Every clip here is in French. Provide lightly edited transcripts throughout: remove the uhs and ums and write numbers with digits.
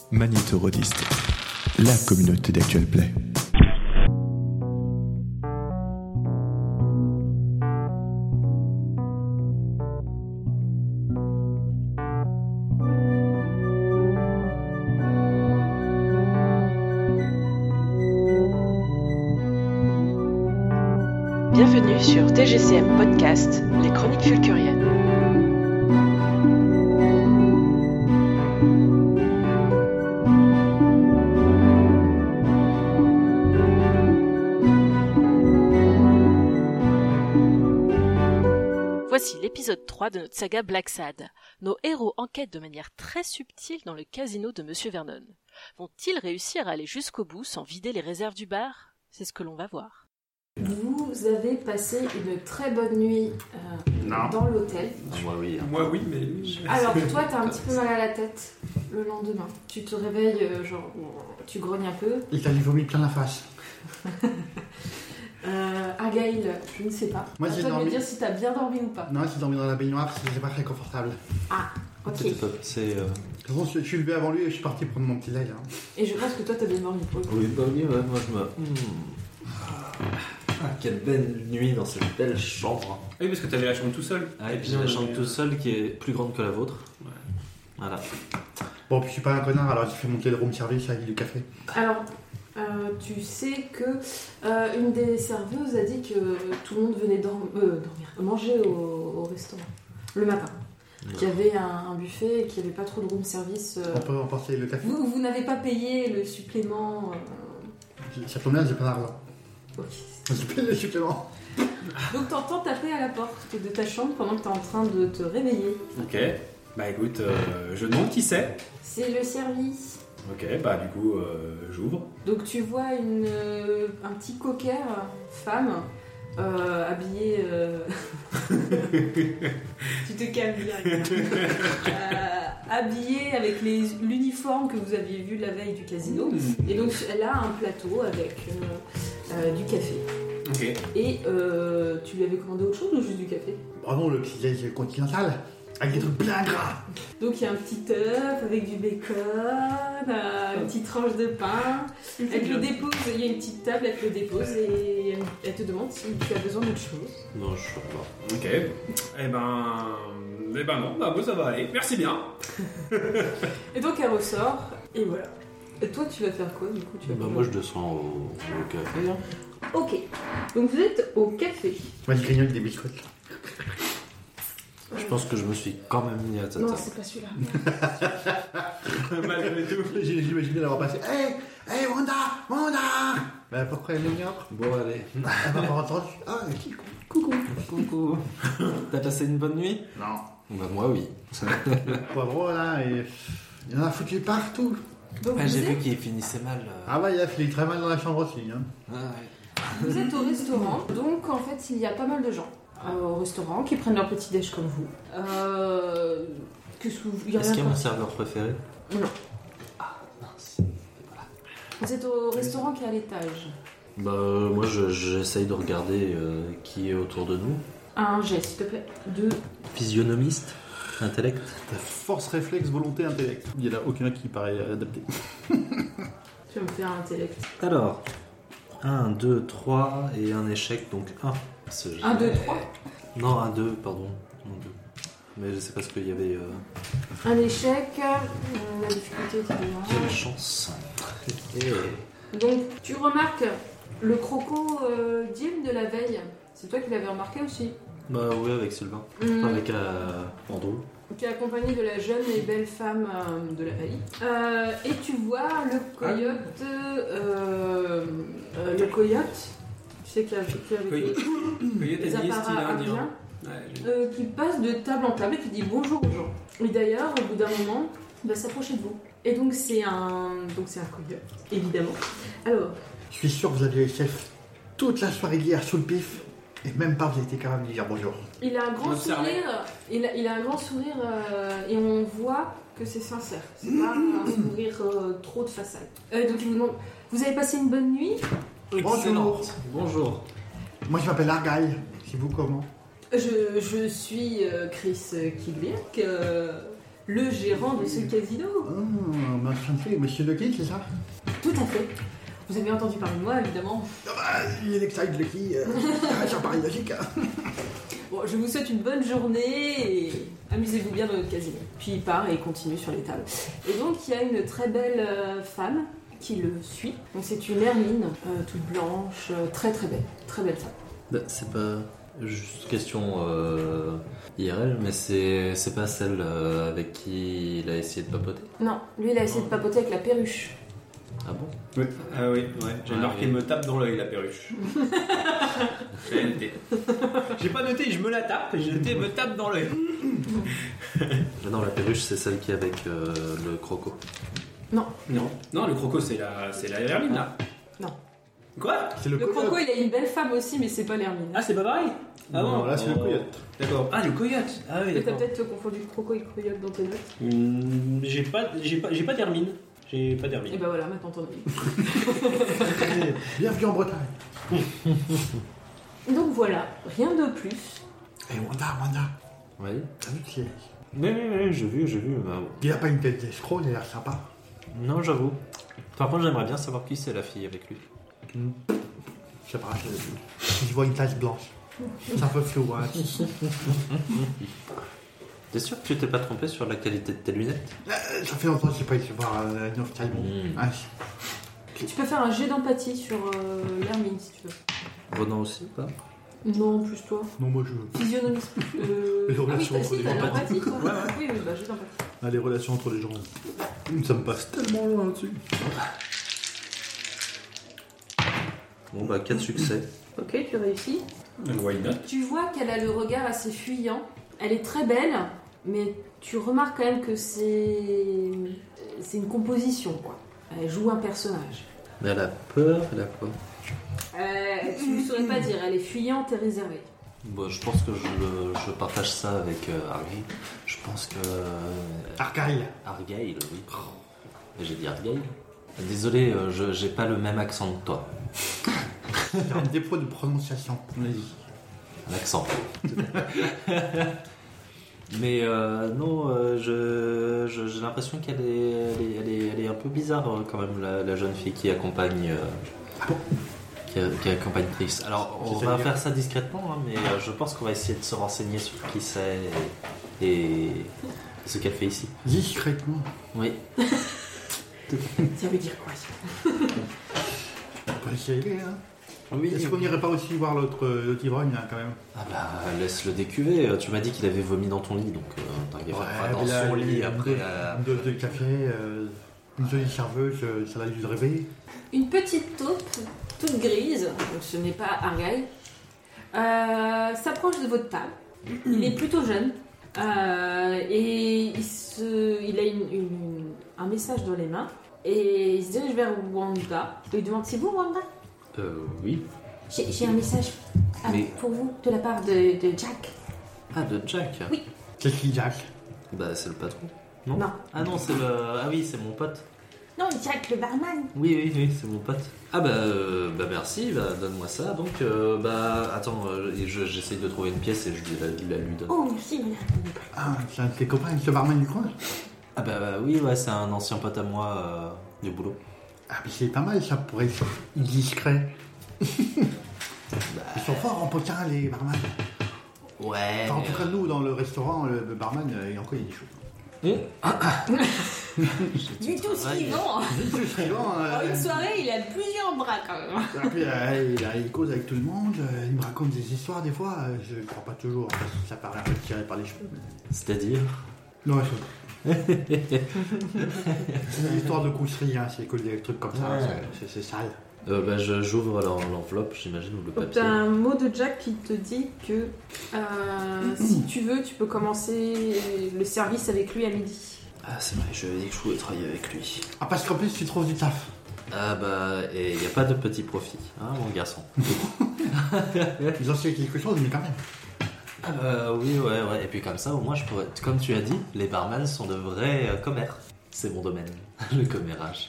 Magnéto-Rodiste, la communauté d'Actuel Play. Bienvenue sur TGCM Podcast, les chroniques fulcuriennes. Voici l'épisode 3 de notre saga Black Sad. Nos héros enquêtent de manière très subtile dans le casino de Monsieur Vernon. Vont-ils réussir à aller jusqu'au bout sans vider les réserves du bar ? C'est ce que l'on va voir. Vous avez passé une très bonne nuit dans l'hôtel. Moi oui. Moi oui, mais... Alors toi t'as un petit peu mal à la tête le lendemain. Tu te réveilles, tu grognes un peu. Il t'a vomi plein la face. Gaël, je ne sais pas. Moi, à j'ai toi de dormi. me dire si t'as bien dormi ou pas. Non, j'ai dormi dans la baignoire, c'était pas très confortable. Ah, ok. De toute façon, je suis levé avant lui et je suis parti prendre mon petit lait là. Et je pense que toi t'as bien dormi pour le coup. Oui, bah oui, ouais, moi je me... quelle belle nuit dans cette belle chambre. Oui, parce que t'avais la chambre tout seul. Ah, et puis la chambre tout seul qui est plus grande que la vôtre. Ouais. Voilà. Bon, puis je suis pas un connard, alors j'ai fait monter le room service avec du café. Alors, tu sais que une des serveuses a dit que tout le monde venait manger au restaurant le matin. Qu'il y avait un buffet et qu'il n'y avait pas trop de room service. On peut emporter le café. Vous n'avez pas payé le supplément. Ça tombe bien, j'ai pas d'argent. Ok. J'ai payé le supplément. Donc t'entends taper à la porte de ta chambre pendant que t'es en train de te réveiller. Ok. Bah écoute, je demande qui c'est. C'est le service. Ok, bah du coup, j'ouvre. Donc tu vois un petit cocker femme habillée. Tu te calmes direct. Habillée avec l'uniforme que vous aviez vu la veille du casino. Et donc elle a un plateau avec du café. Ok. Et tu lui avais commandé autre chose ou juste du café ? Pardon, le petit lait continental avec des trucs bien gras. Donc il y a un petit œuf avec du bacon, une petite tranche de pain. Elle te le dépose, il y a une petite table, elle te le dépose et elle te demande si tu as besoin d'autre chose. Non, je sais pas. Ok. Eh ben non, bah moi ça va aller. Merci bien. Et donc elle ressort et voilà. Et toi tu vas faire quoi du coup Moi je descends au café. Hein. Ok. Donc vous êtes au café. Moi je grignote des biscuits. Je pense que je me suis quand même mis à ta Non, table. c'est pas celui-là. Malgré tout. J'imagine bien l'avoir passé. Hey, Wanda Mais à peu près une demi-heure. Bon, allez. Elle m'a pas entendu. Ah, coucou. Coucou. T'as passé une bonne nuit ? Non. Bah moi oui. Le poivreau là, il en a foutu partout. Donc Ouais, vous, j'ai vu êtes, qu'il finissait mal. Ah bah il a filé très mal dans la chambre aussi. Hein. Ah, ouais. vous êtes au restaurant. Donc en fait il y a pas mal de gens au restaurant qui prennent leur petit déj comme vous. Qu'est-ce que vous... Est-ce qu'il y a mon serveur préféré ? Non. Ah, mince. Vous êtes au restaurant qui est à l'étage. Bah moi j'essaye de regarder qui est autour de nous. Un jet, s'il te plaît. 2. Physionomiste ? Intellect ? Ta force, réflexe, volonté, intellect. Il n'y en a aucun qui paraît adapté. Tu vas me faire un intellect. Alors, 1, 2, 3 et un échec, donc 1. 1, 2, 3. Non, 1, 2, pardon. 1, 2. Mais je sais pas ce qu'il y avait... Un échec. La difficulté était de Quelle chance. Donc, tu remarques le croco d'Im de la veille. C'est toi qui l'avais remarqué aussi. Bah oui, avec Sylvain. Avec Andrew. Qui est accompagné de la jeune et belle femme de la veille. Et tu vois le coyote. Le coyote. Tu sais qu'il a vécu avec les apparats indiens. Qui passe de table en table et qui dit bonjour aux gens. Et d'ailleurs, au bout d'un moment, il va s'approcher de vous. Et donc c'est un coyote, évidemment. Alors, Je suis sûr que vous aviez le chef toute la soirée d'hier sous le pif. Et même pas vous avez été capable de dire bonjour. il a un grand sourire. Il a un grand sourire et on voit que c'est sincère. C'est pas un sourire trop de façade. Donc il vous demande, vous avez passé une bonne nuit ? Bonjour. Bonjour. Moi je m'appelle Argyle. C'est vous comment ? Je suis Chris Kigliak, le gérant de ce casino. Oh, enchanté, monsieur Lucky, c'est ça? Tout à fait. Vous avez entendu parler de moi, évidemment. Il est l'excite Lucky, ça paraît logique. Bon, je vous souhaite une bonne journée et amusez-vous bien dans notre casino. Puis il part et il continue sur les tables. Et donc il y a une très belle femme qui le suit. Donc c'est une hermine, toute blanche, très très belle femme. Bah, c'est pas juste question IRL, mais c'est pas celle avec qui il a essayé de papoter. Non, lui il a essayé de papoter avec la perruche. Ah bon? Oui, oui. J'ai marqué me tape dans l'œil la perruche. J'ai noté. J'ai pas noté, je me la tape, j'ai noté me tape dans l'œil. Non, la perruche c'est celle qui est avec le croco. Non, le croco c'est la hermine là. non. Quoi? C'est Le croco il a une belle femme aussi, mais c'est pas l'hermine. Ah, c'est pas pareil? Ah non, là c'est le coyote. D'accord. Ah, le coyote. Ah oui, Mais t'as d'accord. peut-être confondu croco et coyote dans tes notes. J'ai pas d'hermine. J'ai pas d'hermine. Et bah voilà, maintenant t'en as. Bienvenue en Bretagne. Donc voilà, rien de plus. Et Wanda. Oui. T'as vu qui est? Oui, j'ai vu. Il a pas une tête d'escroc, il a l'air sympa. Non, j'avoue. Par contre, j'aimerais bien savoir qui c'est la fille avec lui. Je sais pas, je vois une tache blanche. C'est un peu flou, hein. T'es sûr que tu t'es pas trompé sur la qualité de tes lunettes? Ça fait longtemps que j'ai pas été voir une ophtalmo. Tu peux faire un jet d'empathie sur l'hermine si tu veux. Ronan aussi, pas? Non, plus toi. Non, moi je. Physionomie. Les relations entre les t'as gens. l'empathie toi. Oui, bah jet d'empathie. Les relations entre les gens. Ça me passe tellement loin là-dessus. Bon, bah, 4 succès. Ok, tu réussis. Why not? Tu vois qu'elle a le regard assez fuyant. Elle est très belle, mais tu remarques quand même que c'est une composition, quoi. Elle joue un personnage. Mais elle a peur, elle a quoi? Tu ne saurais pas dire, elle est fuyante et réservée. Bon, je pense que je partage ça avec Argyle. Je pense que... Argyle. Argyle, oui. J'ai dit Argyle. Désolé, j'ai pas le même accent que toi. C'est un défaut de prononciation, on l'a dit. Un accent. Mais non, j'ai l'impression qu'elle est un peu bizarre quand même, la jeune fille qui accompagne... qui accompagne Trix. Alors, on va faire ça discrètement, hein, mais je pense qu'on va essayer de se renseigner sur qui c'est et ce qu'elle fait ici. Discrètement. Oui. Ça veut dire quoi ça? On peut essayer, hein. Oui. Est-ce qu'on n'irait pas aussi voir l'autre ivrogne, là, quand même? Ah bah, laisse-le décuver. Tu m'as dit qu'il avait vomi dans ton lit, donc t'inquiète pas dans son lit après. Une dose de café, une jolie serveuse, ça l'a dû le réveiller. Une petite taupe, toute grise, donc ce n'est pas Argyle, s'approche de votre table. Il est plutôt jeune et il a un message dans les mains et il se dirige vers Wanda. Il lui demande: c'est vous, Wanda? Oui. J'ai un message pour vous de la part de Jack. Ah, de Jack? Oui. C'est qui, Jack? Bah, c'est le patron. Non. Ah non, c'est le... Ah oui, c'est mon pote. Non, Jack, le barman. Oui, c'est mon pote. Ah bah merci, bah, donne-moi ça. Donc, attends, j'essaye de trouver une pièce et je la lui donne. Oh, si, voilà. Ah, c'est un de tes copains, ce barman du coin? Ah bah oui, ouais, c'est un ancien pote à moi du boulot. Ah, mais c'est pas mal ça pour être discret. Ils sont forts en potin, les barman. Ouais. Enfin, en tout cas, nous, dans le restaurant, le barman, il en connaît des choses. Du tout ce qu'ils vend. Une soirée, il a plusieurs bras quand même. Et puis, il cause avec tout le monde, il me raconte des histoires des fois, je ne crois pas toujours, parce que ça paraît un peu tiré par les cheveux. Mais... C'est-à-dire? Non, c'est une histoire de cousserie, hein, c'est que des trucs comme ça, c'est sale. J'ouvre l'enveloppe, j'imagine, ou le papier. T'as un mot de Jack qui te dit que si tu veux, tu peux commencer le service avec lui à midi. Ah, c'est vrai, je lui ai dit que je pouvais travailler avec lui. Ah, parce qu'en plus, tu trouves du taf. Ah bah, et il n'y a pas de petit profit, hein, mon garçon. Ils ont fait quelque chose, mais quand même. Oui, ouais. Et puis comme ça, au moins, je pourrais... Comme tu as dit, les barman sont de vrais commères. C'est mon domaine, le commérage.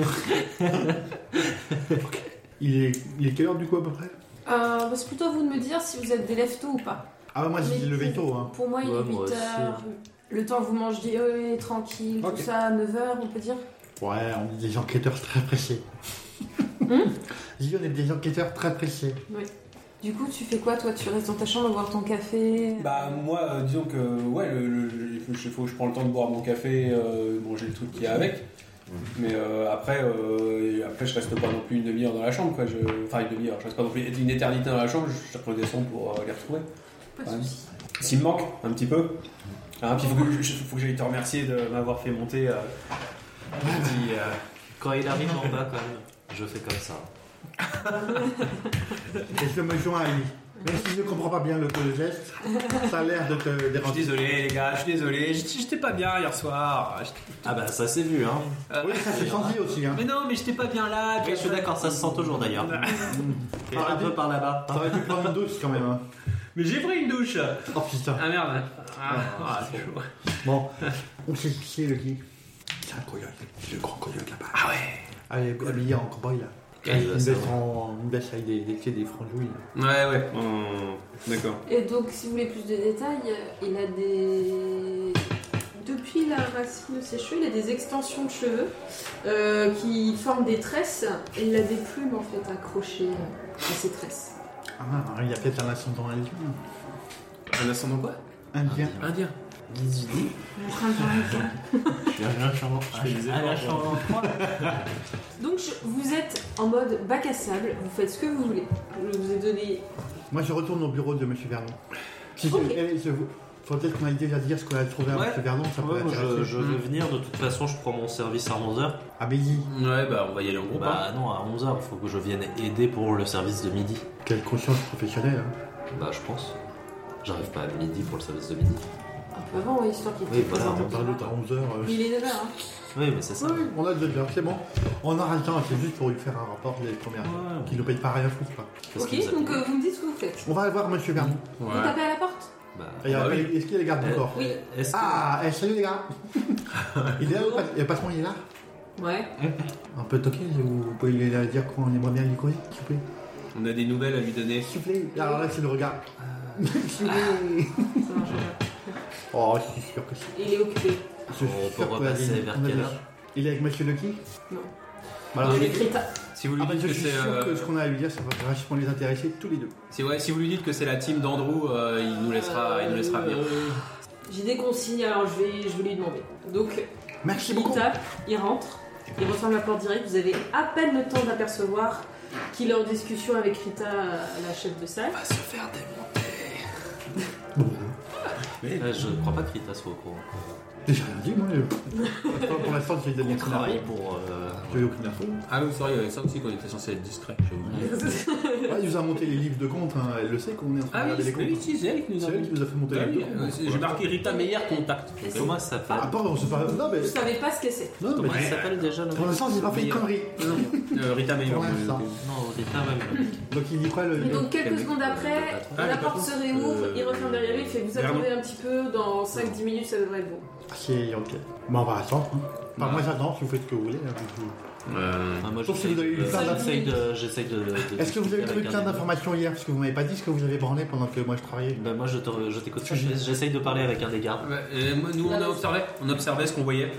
Okay. Il est quelle heure du coup à peu près? C'est plutôt à vous de me dire si vous êtes des lève-tôt ou pas. Ah, moi j'ai levé tôt. Hein. Pour moi, il est 8h. Le temps vous mangez tranquille, tout ça, à 9h, on peut dire. Ouais, on est des enquêteurs très pressés. On est des enquêteurs très pressés. Oui. Du coup, tu fais quoi, toi? Tu restes dans ta chambre à boire ton café? Bah, moi, disons que, ouais, faut que je prends le temps de boire mon café, manger le truc qu'il y a avec. Mais après, je reste pas non plus une demi-heure dans la chambre, quoi. Enfin, une demi-heure, je reste pas non plus une éternité dans la chambre, je redescends pour les retrouver. Pas de soucis. S'il me manque, un petit peu. Hein, puis faut que j'aille te remercier de m'avoir fait monter. Quand il arrive en bas, quand même, je fais comme ça. Et je me joins à lui. Même si je ne comprends pas bien le geste, ça a l'air de te Je déranger. suis désolé, les gars, je suis désolé. J'étais pas bien hier soir. Ah bah ça s'est vu, hein. Oui, ça s'est senti aussi. Hein. Mais non, mais j'étais pas bien là. Oui, je suis d'accord, ça se sent toujours d'ailleurs. Et un peu par là-bas. T'aurais dû prendre une douche quand même. Hein. Mais j'ai pris une douche. Oh putain. Ah merde. C'est chaud. Bon, on sait qui c'est le qui. C'est un coyote. C'est le grand coyote là-bas. Ah ouais. Allez, habillé en cowboy là. Une baisse avec des franjouilles. Ouais. D'accord. Et donc, si vous voulez plus de détails, il a des... Depuis la racine de ses cheveux, il a des extensions de cheveux qui forment des tresses et il a des plumes en fait accrochées à ces tresses. Ah, il y a peut-être un ascendant indien. Un ascendant quoi? Indien. Indien. Donc vous êtes en mode bac à sable, vous faites ce que vous voulez. Je vous ai donné... Moi je retourne au bureau de M. Vernon. Faut peut-être qu'on aille déjà dire ce qu'on a trouvé à M. Vernon, ça peut intéresser. Je vais venir, de toute façon je prends mon service à 11h. À midi. Ouais, bah on va y aller en groupe. Bah non, à 11h, il faut que je vienne aider pour le service de midi. Quelle conscience professionnelle. Hein. Bah je pense. J'arrive pas à midi pour le service de midi. Un peu avant, histoire qu'il Oui, voilà, On parle à 11h. Il est 9h, hein. Oui, mais c'est ça. Oui, on a 2 heures, c'est bon. On aura le temps, c'est juste pour lui faire un rapport des premières qui ne paye pas rien à foutre. Quoi. Ok, donc vous me dites ce que vous faites. On va aller voir M. Vernon. Vous tapez à la porte? Bah, Est-ce qu'il y a les gardes du corps? Oui. Salut les gars. Il est là, le patron il est là? Ouais. Un peu toqué, vous pouvez lui dire qu'on aimerait bien lui causer, s'il vous plaît? On a des nouvelles à lui donner. S'il vous plaît. Alors là, c'est le regard. S'il vous plaît. Ça marche pas. Oh, je suis sûr que si. Il est occupé. on peut repasser vers quelle heure? Il est avec Monsieur Lucky? Non. Alors, Il est Rita. Si vous lui je dites que suis c'est. sûr que ce qu'on a à lui dire, ça va vachement les intéresser tous les deux. Si vous lui dites que c'est la team d'Andrew, il nous laissera venir. J'ai des consignes, alors je vais lui demander. Donc, Merci il beaucoup. tape, il rentre, il referme la porte directe. Vous avez à peine le temps d'apercevoir qu'il est en discussion avec Rita, la chef de salle. On va se faire démonter. Je ne crois pas que Rita soit au courant. J'ai rien dit, moi. Pour l'instant, j'ai donné On travaille pour. J'ai aucune info. Ah oui, sorry, il y avait ça aussi qu'on était censé être discret. Il nous a monté les livres de comptes, hein. Elle le sait qu'on est en train de regarder les comptes. c'est elle qui nous a C'est elle qui nous a fait monter les livres de comptes. J'ai marqué Rita Meyer contact. Comment ça s'appelle? Ah, pardon, c'est pas. Non, mais. Vous savez pas ce que c'est. Non, mais. Comment ça s'appelle déjà le Pour l'instant, j'ai pas fait de conneries. Rita Meyer. Pour l'instant. Non, Rita même. Donc, il dit quoi le. Et donc quelques secondes après, Ah, la le porte patron. se réouvre, il referme derrière lui, il fait vous attendez un petit peu, dans 5-10 minutes ça devrait être bon. C'est ok. Bon, on va attendre. Hein. Enfin, moi, j'attends, si vous faites ce que vous voulez. Moi, Sauf si vous avez eu plein j'essaye de. Est-ce que vous avez trouvé plein d'informations hier? Parce que vous m'avez pas dit ce que vous avez branlé pendant que moi je travaillais. Bah, moi, je t'écoute. J'essaye de parler avec un des gardes. Nous, on observait ce qu'on voyait.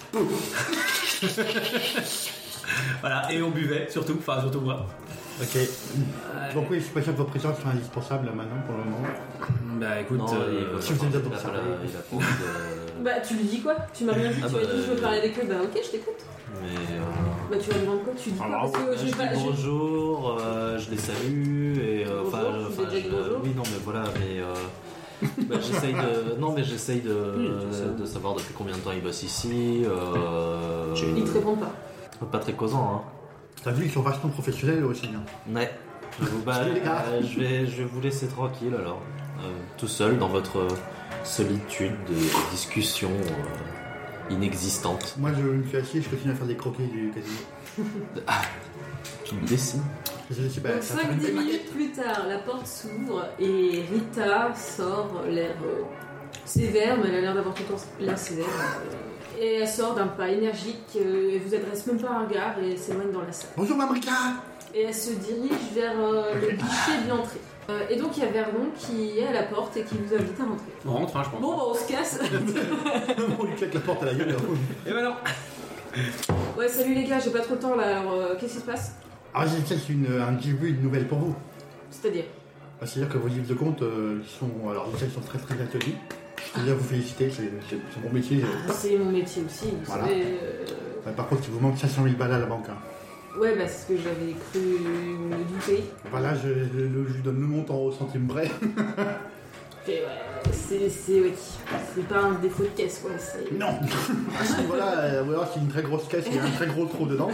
Voilà, et on buvait, surtout moi. Ok. Donc, oui, je suis pas sûr que votre présence soit indispensable là maintenant pour le moment. Bah écoute, Non, si vous êtes il a d'abord pas envie de. Bah tu lui dis quoi? Tu m'as rien dit, Ah, tu m'as bah, dit je veux parler avec eux, bah ok je t'écoute. Mais. Bah tu vas me demander quoi? Tu dis quoi? Parce que Je j'ai dis pas... bonjour, je les salue et Bonjour, vous êtes Jack bonjour. oui non mais voilà mais j'essaye de savoir depuis combien de temps ils bossent ici. Ils te répondent pas. Pas très causant hein. T'as vu, ils sont vachement professionnels aussi. Hein. Ouais. Salut, les gars. Je vais vous laisser tranquille alors, tout seul dans votre solitude de discussion inexistante. Moi, je me suis assis, je continue à faire des croquis du casino. Tu me dessines. Donc 5-10 minutes plus tard, la porte s'ouvre et Rita sort l'air sévère, mais elle a l'air d'avoir tout le temps l'air sévère. Et elle sort d'un pas énergique, elle vous adresse même pas un regard et s'éloigne dans la salle. Bonjour, Mme Rita. et elle se dirige vers le guichet de l'entrée. Et donc il y a Vernon qui est à la porte et qui vous invite à rentrer. On rentre, je pense. Bon, on se casse. On lui claque la porte à la gueule. Et voilà. Ouais, salut les gars, j'ai pas trop de temps là, alors qu'est-ce qui se passe? Ah, j'ai peut-être un début, une nouvelle pour vous. C'est-à-dire? C'est-à-dire que vos livres de compte ils sont très très bien tenus. Je voulais vous féliciter, c'est mon métier. C'est mon métier aussi, vous voilà. savez. Par contre, il vous manque 500 000 balles à la banque. Hein. Ouais, bah c'est ce que j'avais cru me douter. Voilà, je lui donne le montant au centime près. Et ouais, c'est pas un défaut de caisse, quoi. Non. Voilà, c'est une très grosse caisse et un très gros trou dedans.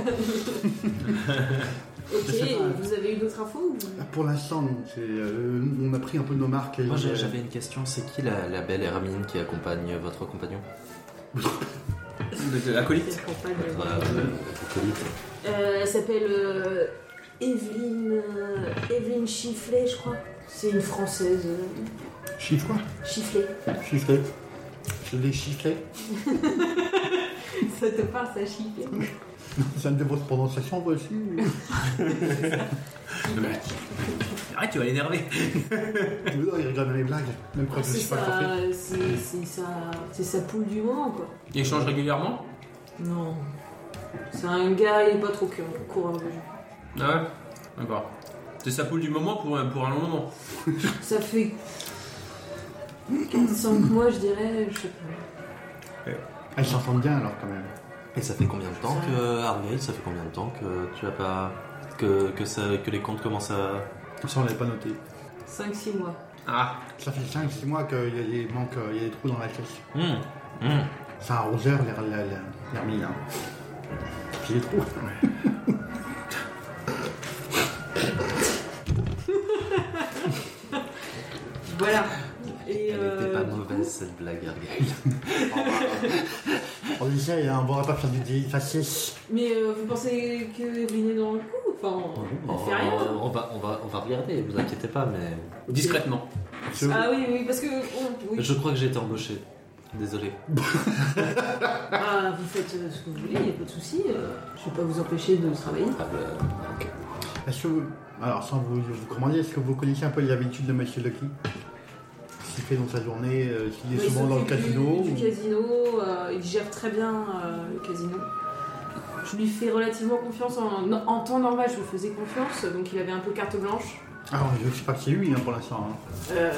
Ok, vous avez eu d'autres infos ou... Pour l'instant, non. On a pris un peu nos marques. Moi, j'avais une question. C'est qui la belle Hermine qui accompagne votre compagnon? L'acolyte. Votre acolyte. Elle s'appelle Evelyne Chifflet, je crois. C'est une française. Chiffre quoi? Chifflet. Chifflet. Je l'ai chifflé. Ça te parle, ça chifflet? C'est une de votre prononciation, vous aussi? Arrête, tu vas l'énerver. Non, il rigole dans les blagues. Même quand je suis pas forfait. C'est sa poule du moment, quoi. Il change régulièrement? Non. C'est un gars, il est pas trop coureur de jeu. Ah ouais? D'accord. C'est sa poule du moment pour un long moment. Ça fait 4-5 mois, je dirais, je sais pas. Elles s'entendent bien alors quand même. Et ça fait combien de temps que Argyle, ça fait combien de temps que tu as pas que les comptes commencent à... Ça on l'avait pas noté. 5-6 mois. Ah. Ça fait 5-6 mois qu'il y a des manques, il y a des trous dans la caisse. C'est un arroseur l'hermine. Hein. J'ai des trous. Voilà. Et elle était pas mauvaise cette blague, Argyle. On disait, on ne pourra pas faire du défacé. Mais vous pensez que Evelyne est dans le coup? Enfin, on fait rien. On va regarder, vous inquiétez pas, mais... Discrètement. Ah oui, parce que... oui. Je crois que j'ai été embauché. Désolé. Ah, vous faites ce que vous voulez, il n'y a pas de souci. Je vais pas vous empêcher de travailler. Ah bah, ok. Est-ce que vous... Alors, sans vous commander, est-ce que vous connaissez un peu les habitudes de Monsieur Lucky? Ce qu'il fait dans sa journée, s'il est souvent dans le casino du casino, il gère très bien le casino. Je lui fais relativement confiance en temps normal, je lui faisais confiance, donc il avait un peu carte blanche. Ah, je ne sais pas que c'est lui pour l'instant. Hein.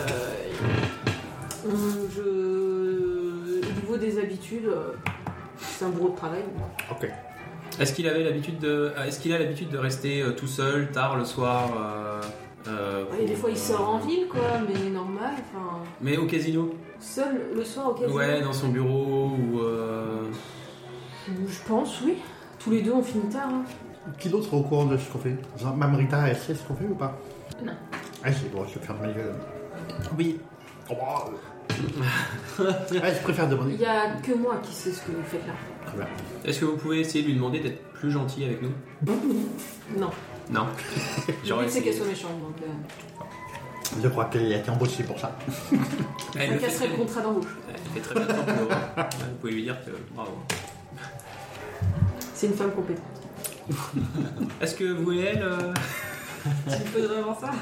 Au niveau des habitudes, c'est un bureau de travail. Ok. Est-ce qu'il a l'habitude de rester tout seul tard le soir Et des fois il sort en ville, quoi, mais normal. Mais au casino? Seul le soir au casino? Ouais, dans son bureau ou. Je pense, oui. Tous les deux on finit tard. Hein. Qui d'autre est au courant de ce qu'on fait? Mme Rita, elle sait ce qu'on fait ou pas? Non. Ah, c'est bon, je vais faire de ma gueule. Oui. Oh, je préfère demander. Il n'y a que moi qui sais ce que vous faites là. Très bien. Est-ce que vous pouvez essayer de lui demander d'être plus gentil avec nous? Non. Non. Le but c'est qu'elle soit méchante, donc... Je crois qu'elle a été embauchée pour ça. Elle casserait le contrat d'embauche. Elle fait très bien son boulot. Vous pouvez lui dire que bravo. C'est une femme compétente. Est-ce que vous et elle... Tu fais vraiment ça?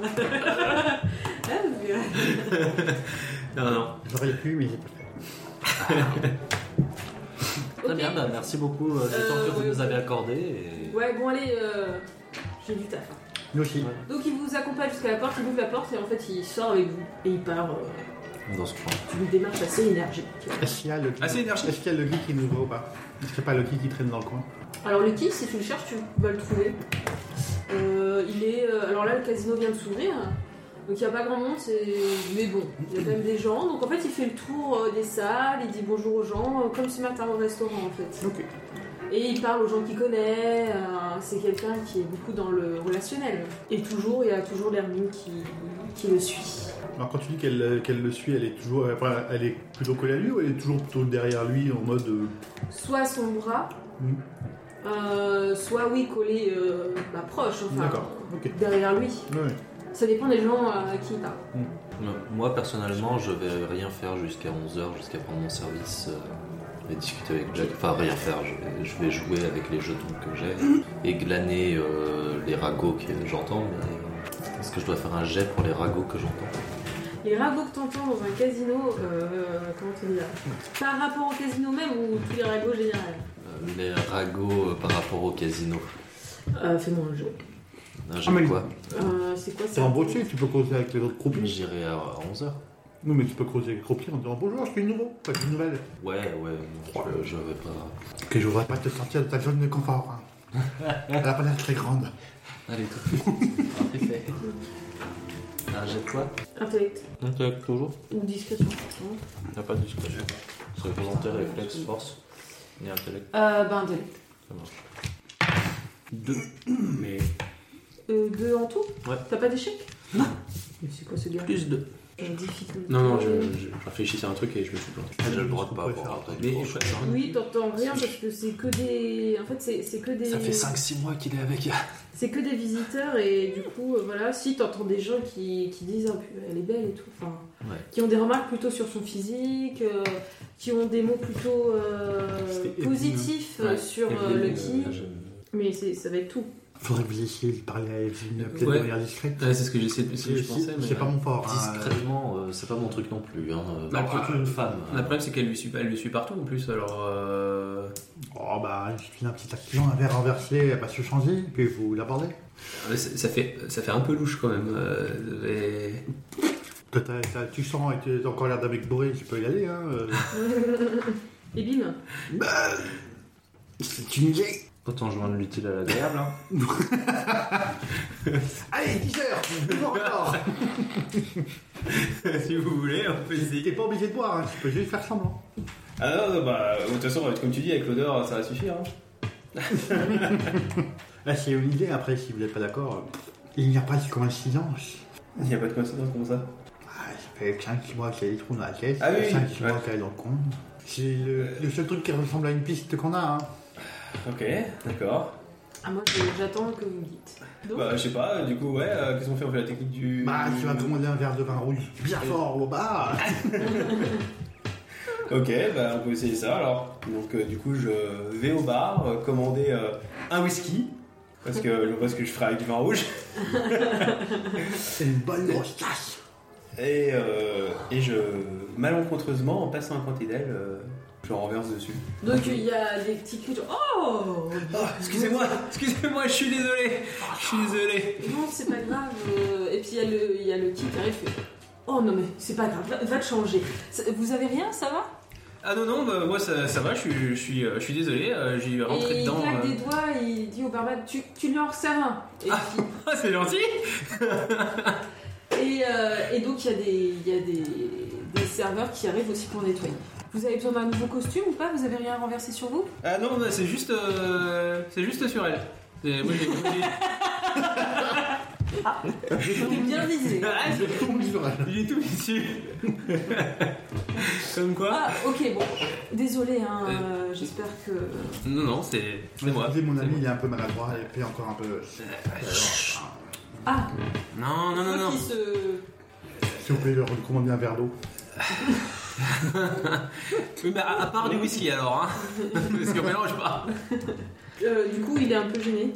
Non. J'aurais pu, mais j'ai pas fait. Très bien, bah, merci beaucoup du temps que vous nous avez accordé. Et... Ouais, bon allez, j'ai du taf. Nous aussi. Ouais. Donc il vous accompagne jusqu'à la porte, il ouvre la porte et en fait il sort avec vous. Et il part Dans ce coin. d'une démarche assez énergique. Est-ce qu'il y a le Assez énergique. Est-ce qu'il y a le Guy qui nous voit ou pas? Est-ce qu'il n'y a pas le Guy qui traîne dans le coin? Alors le qui, si tu le cherches, tu vas le trouver. Il est... alors là, le casino vient de s'ouvrir. Donc il n'y a pas grand monde, mais bon, il y a quand même des gens. Donc en fait, il fait le tour des salles, il dit bonjour aux gens, comme ce matin au restaurant en fait. Ok. Et il parle aux gens qu'il connaît, c'est quelqu'un qui est beaucoup dans le relationnel. Et toujours, il y a toujours l'Hermine qui le suit. Alors quand tu dis qu'elle le suit, elle est toujours, elle est plutôt collée à lui ou elle est toujours plutôt derrière lui en mode... Soit à son bras, soit oui, collée proche, enfin, D'accord, ok. derrière lui. Ouais. Ça dépend des gens à qui il parle. Moi personnellement, je vais rien faire jusqu'à 11h, jusqu'à prendre mon service. Je vais discuter avec Jack, enfin rien faire, je vais jouer avec les jetons que j'ai et glaner les ragots que j'entends, mais est-ce que je dois faire un jet pour les ragots que j'entends? Les ragots que t'entends dans un casino, comment te dire? Par rapport au casino même ou tous les ragots général? Les ragots par rapport au casino. Fais-moi un jeu. Un jet quoi? C'est quoi ça? C'est en brochet, tu peux causer avec les autres croupiers. J'irai à 11h. Non, mais tu peux creuser avec les croupiers en disant bonjour, je suis nouveau, pas une nouvelle. Ouais, je vais pas. Que je voudrais pas te sortir de ta zone de confort. Hein. Elle a pas l'air très grande. Allez, tout de suite. Fait. Un jet de quoi? Intellect. Intellect toujours? Ou discrétion. Il n'y a pas de discrétion. C'est volontaire, réflexe, force. Et intellect. Intellect. Ça marche. 2. Mais. 2 en tout? Ouais. T'as pas d'échec? Non. Mais c'est quoi ce gars? Plus 2. Difficulté. Non, je réfléchissais à un truc et je me suis planté. J'ai le droit de pas avoir. Oui, t'entends rien parce que c'est que des. En fait, c'est que des. Ça fait 5-6 mois qu'il est avec. C'est que des visiteurs et du coup, voilà, si t'entends des gens qui disent elle est belle et tout, enfin, ouais. Qui ont des remarques plutôt sur son physique, qui ont des mots plutôt positifs sur le qui, mais ça va être tout. Faudrait que vous essayiez de parler à Evelyne peut-être de manière discrète. Ouais, c'est ce que j'essaie de je pensais. C'est pas mon fort. Discrètement, c'est pas mon truc non plus. Hein. Surtout une femme. Le problème, c'est qu'elle le suit partout en plus. Alors. Oh bah, il suffit d'un petit accident, un verre renversé, elle va se changer, puis vous l'abordez. Ça fait un peu louche quand même. Tu sens et tu as encore l'air d'un mec bourré, tu peux y aller. Hein. Et bim. Bah, c'est une idée. Autant joindre l'utile à l'agréable. Hein. Allez, 10h, encore. Si vous voulez, on peut essayer. T'es pas obligé de boire, hein, tu peux juste faire semblant. Ah non, bah, de toute façon, comme tu dis, avec l'odeur, ça va suffire. Hein. Là, c'est une idée, après, si vous n'êtes pas d'accord, il n'y a pas de coïncidence. Il n'y a pas de coïncidence comme ça. Ah, ça fait 5-6 mois qu'il y a des trous dans la tête, ah, oui, 5-6 mois qu'elle est dans le compte. C'est le seul truc qui ressemble à une piste qu'on a. Hein. Ok, d'accord. Ah, moi, j'attends que vous me dites. Donc... Bah, je sais pas, du coup, ouais, qu'est-ce qu'on fait? On fait la technique du. Bah, tu vas commander un verre de vin rouge bien fort au bar. Ok, bah, on peut essayer ça alors. Donc, du coup, je vais au bar commander un whisky. Parce que je vois ce que je ferai avec du vin rouge. C'est une bonne grosse tasse. Et je, malencontreusement, en passant un côté d'elle, je renverse dessus. Donc il y a des petits cris genre oh, excusez-moi, je suis désolé. Non, c'est pas grave. Et puis il y a le qui arrive et fait oh non mais c'est pas grave, va te changer. Vous avez rien, ça va? Ah non, bah, moi ça va, je suis désolé, j'ai rentré dedans. Il claque des doigts, il dit au barman tu lui en resserres un. Et puis... c'est gentil. Et donc il y a des serveurs qui arrivent aussi pour nettoyer. Vous avez besoin d'un nouveau costume ou pas? Vous avez rien renversé sur vous? Ah non, bah, c'est juste sur elle. Moi, J'ai bien visé. J'ai tout mis dessus. Comme quoi? Ah ok, bon. Désolé, hein, j'espère que... Non, c'est moi. Mon ami, il est un peu maladroit et puis encore un peu... Ah Non. Si vous pouvez leur recommander un verre d'eau. Oui, mais à part du whisky alors, hein. Parce qu'on mélange pas. Du coup, il est un peu gêné.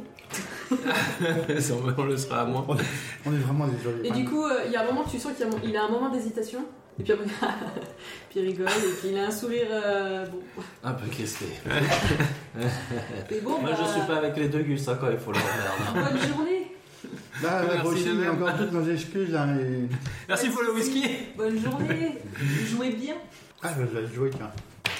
On le sera à moins. On est vraiment désolé. Et du coup, il y a un moment, tu sens qu'il a un moment d'hésitation. Et puis après, puis il rigole et puis il a un sourire. Bon. Un peu crispé. Mais bon, moi, je suis pas avec les deux gus hein, quand il faut le remettre. Bonne journée. Là, aussi, il y a encore toutes nos excuses. Hein, et... Merci pour le whisky. Bonne journée. Jouez bien. Ah, je vais jouer, tiens.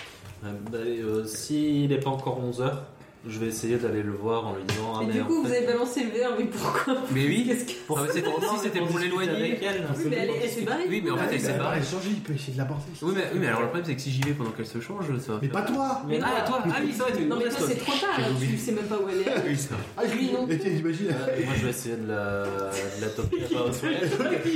S'il n'est pas encore 11h, je vais essayer d'aller le voir en lui disant. Et du coup, vous avez balancé le verre, mais pourquoi? Mais oui. Qu'est-ce que... Si c'était pour l'éloigner avec elle. Oui, mais elle s'est barrée. Oui, mais en fait, elle s'est barrée. Il peut essayer de l'aborder. Oui, mais alors le problème, c'est que si j'y vais pendant qu'elle se change, ça va. Mais pas toi. Mais toi. Ah oui, ça va. Non, mais toi, c'est trop tard. Là, tu sais même pas où elle est. Oui, ça. Ah, lui non. Et t'imagines. Moi, je vais essayer de la toper là-bas aux toilettes.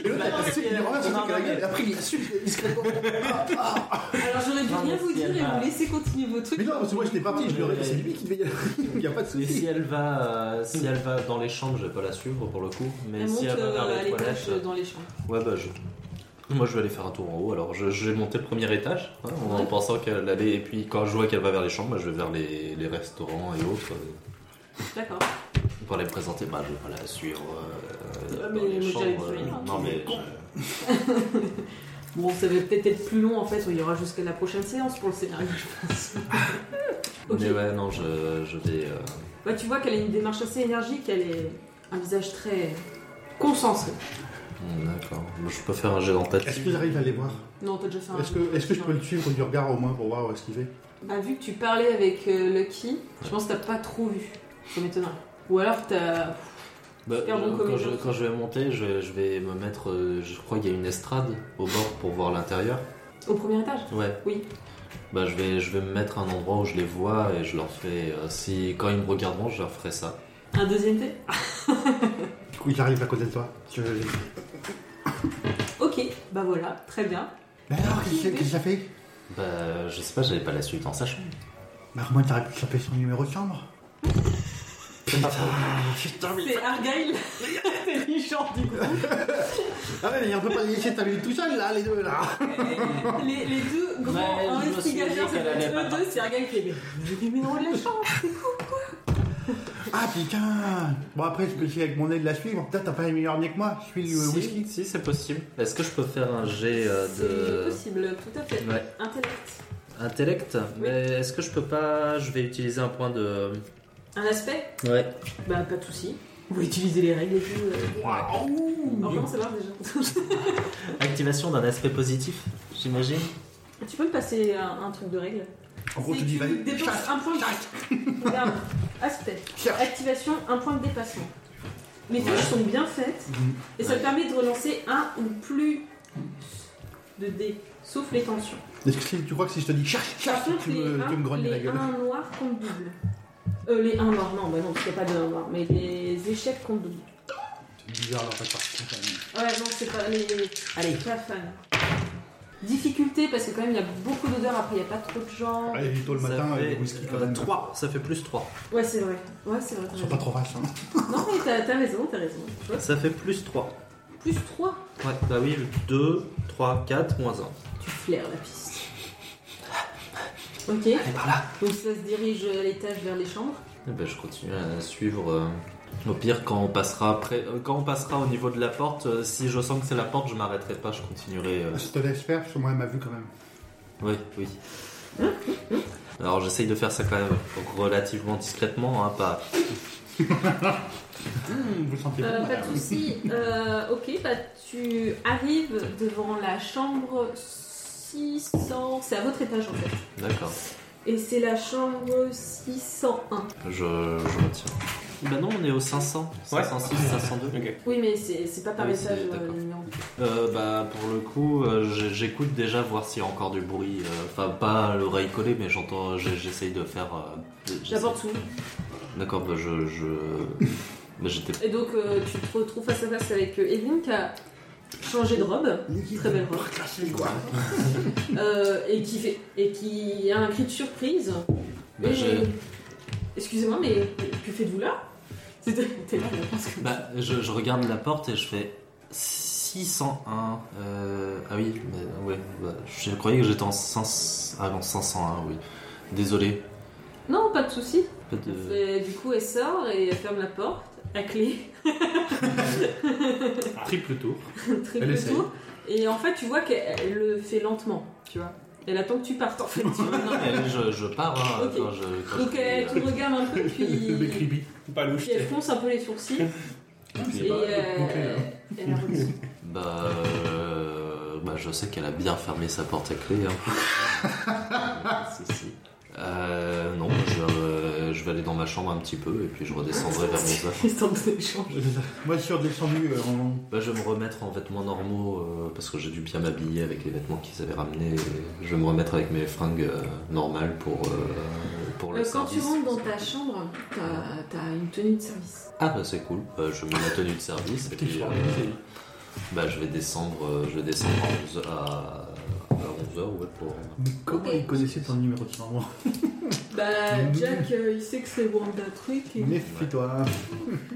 Après, il insulte discrètement. Alors, j'aurais dû rien vous dire et vous laisser continuer vos trucs. Mais non, parce que moi, j'étais parti. Je lui aurais dit, c'est lui qui devait y aller. Il n'y a pas de souci. Si elle va dans les chambres, je vais pas la suivre pour le coup. Mais Elle si monte elle va vers à les l'étage toilettes. dans les chambres. Ouais, bah Moi je vais aller faire un tour en haut, alors je vais monter le premier étage en pensant qu'elle allait, et puis quand je vois qu'elle va vers les chambres, je vais vers les restaurants et autres. D'accord. Pour les présenter, je vais la suivre mais dans les chambres. Non mais... Bon, ça va peut-être être plus long en fait, il y aura jusqu'à la prochaine séance pour le scénario, je pense. Okay. Mais ouais, non, je vais... Bah, tu vois qu'elle a une démarche assez énergique, elle est un visage très concentré. D'accord, je peux faire un jet d'empathie. Est-ce que j'arrive à les voir? Non, t'as déjà fait un... Est-ce que je peux le suivre du regard au moins pour voir ce qu'il fait? Bah, vu que tu parlais avec Lucky, je pense que t'as pas trop vu, ça m'étonnerait. Ou alors t'as... Quand je vais monter, je vais me mettre... je crois qu'il y a une estrade au bord pour voir l'intérieur. Au premier étage? Ouais. Oui. Bah, je vais me mettre à un endroit où je les vois et je leur fais... quand ils me regarderont, je leur ferai ça. Un deuxième thé? Du coup, j'arrive à côté de toi. Ok, bah voilà, très bien. Mais alors, qu'est-ce que ça fait? Bah, je sais pas, j'avais pas la suite en sachant. Bah, comment t'aurais pu choper son numéro de chambre? C'est Argyle, intelligent du coup. Ah ouais, mais on peut pas les laisser t'amuser tout seul là, les deux là. Les deux grands investigateurs, eux deux, c'est Argyle qui est le numéro de la chambre, c'est cool quoi. Ah putain. Bon après, je peux essayer avec mon nez de la suivre. Peut-être t'as pas les meilleurs nez que moi. Je suis le whisky. Si, c'est possible. Est-ce que je peux faire un jet de... C'est possible, tout à fait. Ouais. Intellect. Oui. Mais est-ce que je peux pas... Je vais utiliser un point de... Un aspect? Ouais. Bah pas de soucis. Vous pouvez utiliser les règles et tout. Waouh. Comment ça marche déjà? Activation d'un aspect positif, j'imagine. Tu peux me passer un truc de règle? En gros, tu dis, vas-y. dépenses un point de... Regarde, aspect. Activation, un point de dépassement. Les touches sont bien faites et ça te permet de relancer un ou plus de dés, sauf les tensions. Est-ce que tu crois que si je te dis cherche, Par contre, tu me grognes la gueule? Les 1 noirs comptent double. Les 1 noirs, non, bah non, parce qu'il n'y a pas de 1 noir, mais les échecs comptent double. C'est bizarre leur répartition quand même. Ouais, non, c'est pas les. Allez, pas fan. Difficulté, parce que quand même il y a beaucoup d'odeurs, après il n'y a pas trop de gens. Allez, du tôt le matin, avec le whisky quand même. 3, ça fait plus 3. Ouais, c'est vrai. Ouais, c'est vrai. Ils sont pas trop vaches, hein. Non, mais t'as raison, Tu vois, ça fait plus 3. Plus 3. Ouais, bah oui, 2, 3, 4, moins 1. Tu flaires la piste. Ok. Allez, par là. Donc ça se dirige à l'étage vers les chambres. Et ben, je continue à suivre. Au pire, quand on passera au niveau de la porte, si je sens que c'est la porte, je m'arrêterai pas, je continuerai. Je te laisse faire, parce que moi elle m'a vu quand même. Oui. Alors j'essaye de faire ça quand même relativement discrètement, hein, pas. Vous sentez bon, pas de soucis. Ok, bah tu arrives devant la chambre 600. C'est à votre étage en fait. D'accord. Et c'est la chambre 601. Je me tiens. Bah non, on est au 500. 506, 502. Okay. Oui, mais c'est pas par étage. Bah pour le coup, j'écoute déjà voir s'il y a encore du bruit. Enfin, pas l'oreille collée, mais j'essaye de faire. La porte s'ouvre. D'accord, bah j'étais. Et donc tu te retrouves face à face avec Evelyne qui a changé de robe, très belle robe, et qui a un cri de surprise. Bah, excusez-moi, mais que faites-vous là? T'es là, je pense que... Bah, je regarde la porte et je fais 601. Ah oui, mais ouais. Bah, je croyais que j'étais en 501, oui. Désolé. Non, pas de soucis. De... Du coup, elle sort et elle ferme la porte à clé. Triple tour. Triple tour. Et en fait, tu vois qu'elle le fait lentement, tu vois. Elle attend que tu partes en fait. Non, mais je pars. Hein, okay. Donc elle te regarde un peu, puis elle fronce un peu les sourcils. Et elle revient. Bah, je sais qu'elle a bien fermé sa porte à clé. Hein. Si. Non, je vais aller dans ma chambre un petit peu et puis je redescendrai vers mes affaires. Moi je suis redescendu je vais me remettre en vêtements normaux parce que j'ai dû bien m'habiller avec les vêtements qu'ils avaient ramenés. Je vais me remettre avec mes fringues normales pour le service. Quand tu rentres dans ta chambre, t'as une tenue de service. Ah bah c'est cool, je mets ma tenue de service et puis je vais descendre à 11h, ouais, pour... Comment il connaissait ton numéro de chambre? Bah, Jack, il sait que c'est Wanda Truc. Et... Méfie-toi.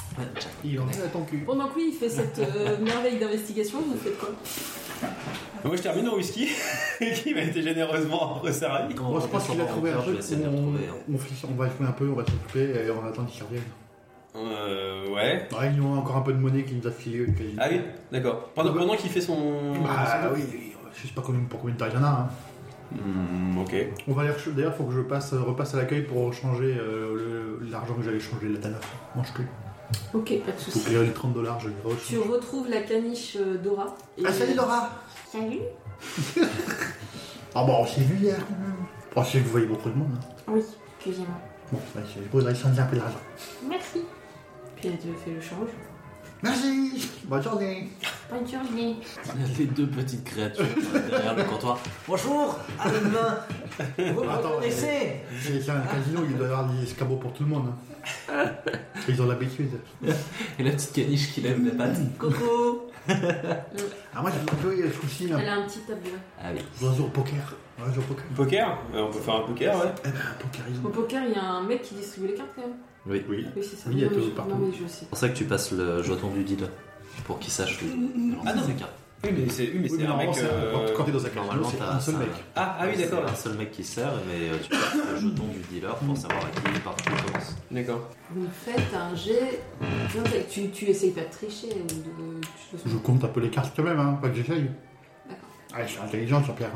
Il en est à ton cul. Pendant que lui il fait cette merveille d'investigation, vous faites quoi? Moi je termine au whisky qui m'a été généreusement resservi. Moi je pense qu'il a trouvé un truc. On va jouer un peu, on va s'occuper et on attend qu'il revienne. Ouais. Ouais, ils ont encore un peu de monnaie qu'il nous a filé. Ah oui, d'accord. Pendant qu'il fait son. Bah oui, je sais pas pour combien de temps il y en a. Hein. Ok. On va aller rechercher. D'ailleurs, faut que je repasse à l'accueil pour changer l'argent que j'avais changé, la Tanaf. Mange plus. Ok, pas de soucis. Faut qu'il y ait les $30, je vais rechange. Tu retrouves la caniche Dora. Ah, salut Dora. Salut. Ah bon, on s'est vu hier quand même. Oh, je sais que vous voyez beaucoup de monde. Hein. Oui, excusez-moi. Bon, ouais, je voudrais changer un peu d'argent. Merci. Puis elle te fait le change. Merci. Bonne journée. Bonne journée. Les deux petites créatures derrière le comptoir. Bonjour, à demain. Vous me reconnaissez? C'est un casino, il doit y avoir des escabeaux pour tout le monde. Hein. Ils ont l'habitude. Et la petite caniche qui lève les pattes. Coucou. Ah, moi j'ai joué le souci. Elle a un petit tabouret. Ah oui. Je dois jouer au poker. Ouais, jouer au poker. Poker on peut faire un poker, ouais. Eh ben, un pokerisme. Au poker, il y a un mec qui distribue les cartes quand même. Oui. Oui. Oui, c'est ça. Oui, il y a Non, tout mais partout. Non, mais je sais. C'est pour ça que tu passes le jeton du deal. Pour qu'il sache tout. Ah non. c'est cartes. Oui, mais c'est Oui, mais un mec. quand t'es dans un casino, Normalement, c'est t'as un seul ça. mec. Ah oui, d'accord. C'est un seul mec qui sert, mais tu passes le jeton du dealer pour savoir à qui il part qui commence. D'accord. Vous faites un jet. Non, tu essayes pas de tricher ou de. Je compte un peu les cartes quand même, hein, pas que j'essaye. D'accord. Ah, je suis intelligent, Jean-Pierre.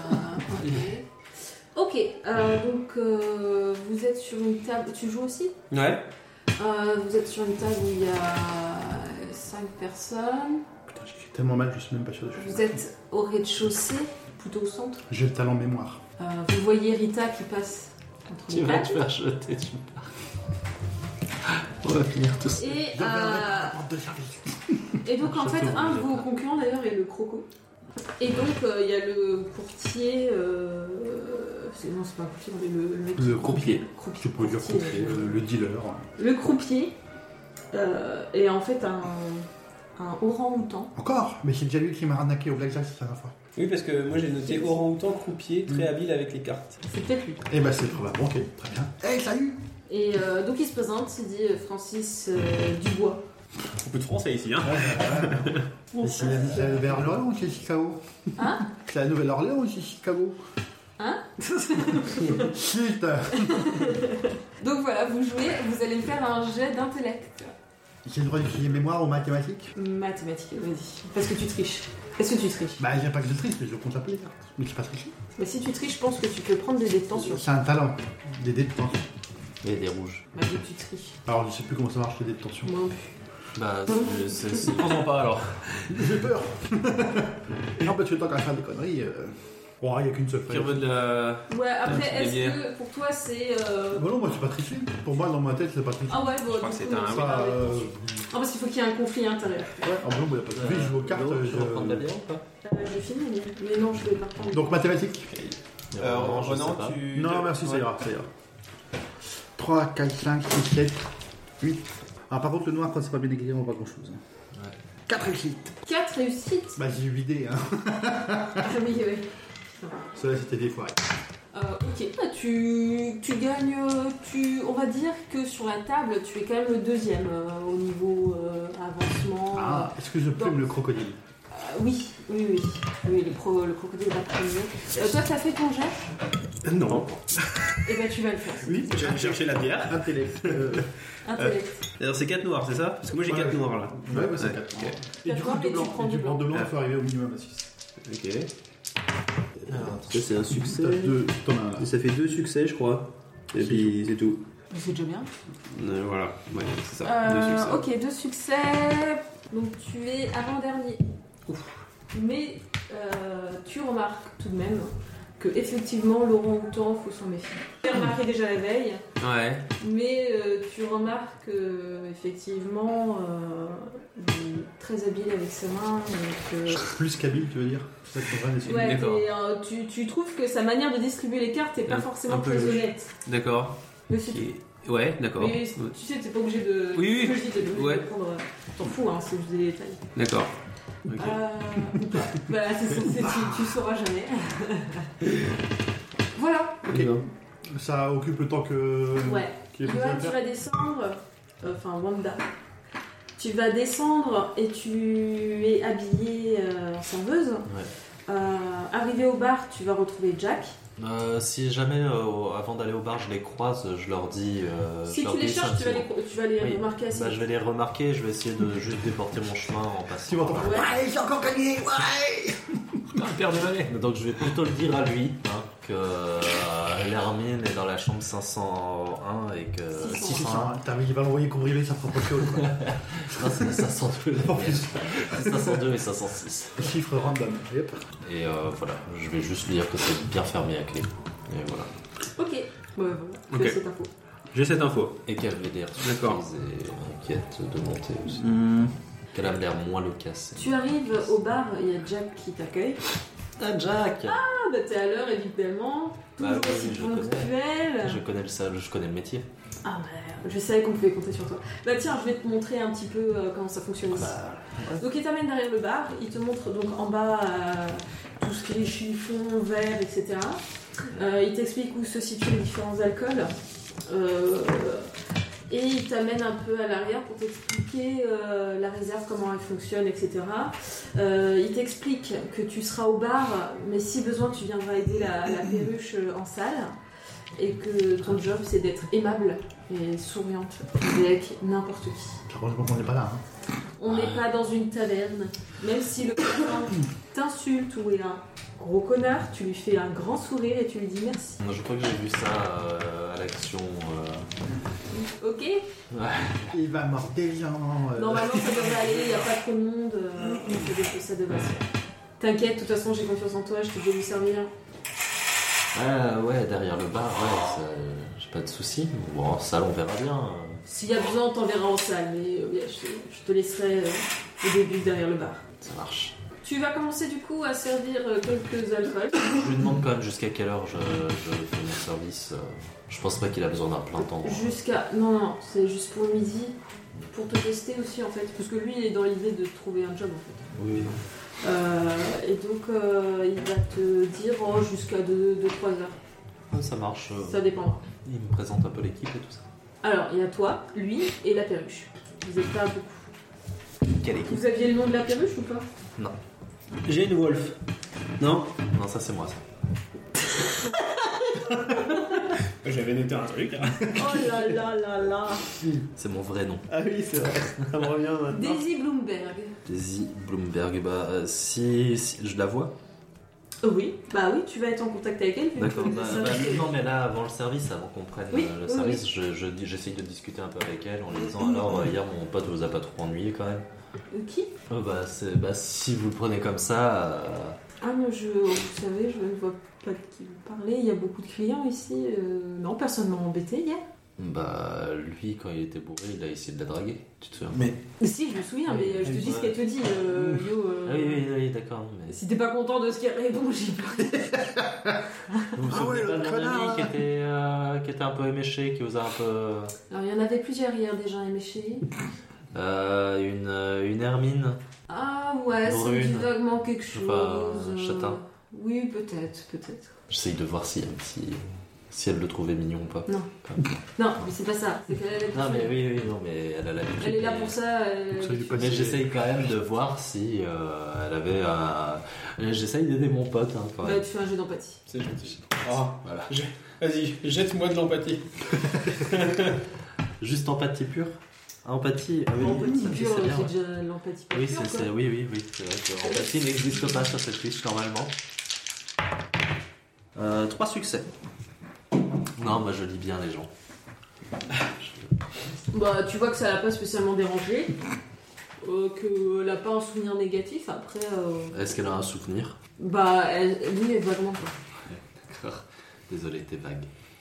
Ok, donc vous êtes sur une table. Tu joues aussi? Ouais. Vous êtes sur une table où il y a 5 personnes. Putain, j'ai tellement mal, je suis même pas sûr de Vous êtes au rez-de-chaussée, plutôt au centre. J'ai le talent mémoire. Vous voyez Rita qui passe entre les Tu vas tables. te faire jeter, tu pars. On va finir tout ça. Et donc en fait, un de vos concurrents d'ailleurs est le croco. Et donc il y a le courtier. Non, c'est pas un courtier, mais le mec. Le croupier. Tu peux dire Courtier, croupier, le dealer. Le croupier est en fait un orang-outan. Encore? Mais c'est déjà lui qui m'a arnaqué au blackjack cette dernière fois. Oui, parce que moi j'ai noté orang-outan croupier, très habile avec les cartes. C'est peut-être lui. Eh ben c'est probable, ok, très bien. Hey, salut! Et donc il se présente, il dit Francis Dubois. Beaucoup de français ici, hein. Et c'est la Nouvelle-Orléans ou c'est Chicago? Hein? C'est la Nouvelle-Orléans ou c'est Chicago? Hein? Chut! Donc voilà, vous jouez, vous allez me faire un jet d'intellect. J'ai le droit d'utiliser mémoire ou mathématiques? Mathématiques, vas-y. Parce que tu triches. Est-ce que tu triches? Bah, il n'y a pas que je triche, mais je compte un peu les cartes. Mais c'est pas triché. Mais si tu triches, je pense que tu peux prendre des dés de tension. C'est un talent. Des dés de tension. Et des rouges. Bah, dès que tu triches. Alors, je sais plus comment ça marche les dés de tension. Moi non plus. Bah, c'est Prends-en pas alors. J'ai peur. Non, parce que tant qu'à faire des conneries. Bon, il n'y a qu'une seule Qui feuille. reveut de la. Ouais, après, petite est-ce bière. que pour toi c'est. Bon, non, moi, c'est pas triché. Pour moi, dans ma tête, c'est pas triché. Ah ouais, bon, Je crois du que coup, c'est un- c'est Ça, pas Non, parce qu'il faut qu'il y ait un conflit intérieur. Ouais, en blanc, il n'y a pas de triche. Je joue aux cartes. Tu vas prendre la bière ou pas? Je finis, mais non, je vais pas prendre. Donc, mathématiques. En je sais revenant, pas. tu. Non, merci, ça Ouais. ira, ça ira. 3, 4, 5, 6, 7, 8. Ah, par contre, le noir, quand c'est pas bien écrit, on voit pas grand chose. Ouais. 4 réussites. 4 réussites. Bah, j'ai eu l'idée, hein. Ah oui, oui. Ça, c'était des foirés. Ok, bah, tu gagnes, on va dire que sur la table, tu es quand même le deuxième au niveau avancement. Ah, est-ce que je plume le crocodile? Oui, le crocodile va te premier. Toi, t'as fait ton jet? Non. Et ben tu vas le faire. Oui, J'ai cherché la bière. Intellect. Intellect. Alors c'est 4 noirs, c'est ça? Parce que moi j'ai 4 noirs là. Ouais, bah, c'est 4. Ok. Et du coup, D'accord, de et tu blanc. prends Et du du blanc de blanc, blanc. il faut arriver au minimum à 6. Ok. Alors, ça, c'est un succès. T'as 2, t'en as un là. Et ça fait 2 succès, je crois. Et puis c'est tout. C'est déjà bien. Voilà, ouais, c'est ça. 2 succès. Ok, 2 succès. Donc tu es avant-dernier. Mais tu remarques tout de même que effectivement l'orang-outan faut s'en méfier. Tu l'as remarqué déjà la veille, Ouais. mais tu remarques effectivement il est très habile avec ses mains. Donc, Plus qu'habile, tu veux dire? C'est ça qu'on va essayer. ouais, D'accord. tu trouves que sa manière de distribuer les cartes n'est pas forcément un peu très louche. honnête. D'accord. Mais c'est tout. Ouais, d'accord. Mais tu sais, t'es pas obligé de. Oui, ce que je dis, t'es pas obligé ouais. de prendre. T'en fous, hein, c'est juste des détails. D'accord. Ok. Ou pas. Voilà, tu sauras jamais. Voilà. Ok. Ça occupe le temps que. Ouais. qu'il y ait Johan, besoin de tu faire. vas descendre. Enfin, Wanda. Tu vas descendre et tu es habillée en serveuse. Ouais. Arrivé au bar, tu vas retrouver Jack. Si jamais, avant d'aller au bar, je les croise, je leur dis... si tu les cherches, tu vas les remarquer assez. Je vais les remarquer, je vais essayer de juste déporter mon chemin en passant. Tu m'entends? Ouais, j'ai encore gagné. Ouais. Un père de valet. Donc je vais plutôt le dire à lui, que l'Hermine est dans la chambre 501 et que... 601. T'as mis qu'il va l'envoyer couvrir sa propre chose. Non, c'est 502. C'est 502 et 506. Chiffre random. Yep. Et voilà, je vais juste lui dire que c'est bien fermé à clé. Et voilà. Ok. Voilà. Tu as cette info. J'ai cette info. Et qu'elle avait l'air D'accord. surprise et inquiète de monter aussi. Qu'elle a l'air moins loquace. Tu arrives au bar, il y a Jack qui t'accueille. Ah, Jack! Ah, bah t'es à l'heure évidemment. Toujours aussi ponctuel. Je connais le métier. Ah bah, je savais qu'on pouvait compter sur toi. Bah tiens, je vais te montrer un petit peu comment ça fonctionne ici. Donc il t'amène derrière le bar, il te montre donc en bas tout ce qui est chiffon, verre, etc. Il t'explique où se situent les différents alcools. Et il t'amène un peu à l'arrière pour t'expliquer la réserve, comment elle fonctionne, etc. Il t'explique que tu seras au bar, mais si besoin, tu viendras aider la perruche en salle. Et que ton job, c'est d'être aimable et souriante avec n'importe qui. Heureusement qu'on n'est pas là. On n'est pas dans une taverne. Même si le client t'insulte ou est un gros connard, tu lui fais un grand sourire et tu lui dis merci. Je crois que j'ai vu ça à l'action. Ok. Ouais. Il va mordre des gens. Normalement, ça devrait aller, il n'y a pas trop de monde. Ça devrait se faire. T'inquiète, de toute façon, j'ai confiance en toi, je te vais lui servir. Ouais, derrière le bar, ouais, j'ai pas de soucis. Bon, en salle, on verra bien. S'il y a besoin, on t'enverra en salle, mais je te laisserai au début derrière le bar. Ça marche. Tu vas commencer du coup à servir quelques alcools. Je lui demande quand même jusqu'à quelle heure je fais mon service. Je pense pas qu'il a besoin d'un plein temps. Non, c'est juste pour midi, pour te tester aussi en fait, parce que lui il est dans l'idée de trouver un job en fait. Oui. Et donc il va te dire jusqu'à 2-3 heures. Ça marche. Ça dépendra. Il me présente un peu l'équipe et tout ça. Alors il y a toi, lui et la perruche. Vous êtes pas beaucoup. Quelle équipe? Vous aviez le nom de la perruche ou pas? Non. Jane Wolf. Non. Non, ça c'est moi ça. J'avais noté un truc. Oh là là là là. C'est mon vrai nom. Ah oui, c'est vrai. Ça me revient maintenant. Daisy Bloomberg. Daisy Bloomberg. Si je la vois. Oui, tu vas être en contact avec elle. D'accord, non mais là avant le service, avant qu'on prenne le service, oui. j'essaye de discuter un peu avec elle en lui disant alors hier mon pote vous a pas trop ennuyé quand même. Qui? Si vous le prenez comme ça... Ah non, vous savez, je ne vois pas de qui vous parlez, il y a beaucoup de clients ici. Non, personne m'a embêté hier. Lui quand il était bourré il a essayé de la draguer, tu te souviens? Mais... Si, je me souviens, mais je te dis ce qu'elle te dit, yo. Oui, d'accord. Mais... Si t'es pas content de ce qu'elle répond, j'ai pas. Vous vous souvenez pas de mon ami qui était un peu éméché, qui osait un peu... Alors il y en avait plusieurs hier déjà éméchés. Une hermine. Ah ouais, ça me dit vaguement quelque chose. Enfin, châtain. Oui, peut-être. J'essaye de voir si elle le trouvait mignon ou pas. Non. Non, mais c'est pas ça. C'est qu'elle a l'habitude. Non, mais oui, elle a l'habitude. Elle est là pour ça. Mais j'essaye quand même de voir si elle avait un... J'essaye d'aider mon pote quand même. Tu fais un jeu d'empathie. C'est gentil. Oh, voilà. Vas-y, jette-moi de l'empathie. Juste empathie pure. Empathie, empathie pure, c'est bien, c'est déjà l'empathie pure. Oui, c'est vrai que empathie n'existe pas sur cette fiche normalement. 3 succès. Non, moi je lis bien les gens. Tu vois que ça l'a pas spécialement dérangé, qu'elle a pas un souvenir négatif. Après. Est-ce qu'elle a un souvenir? Oui, vaguement quoi. D'accord. Désolé, t'es vague.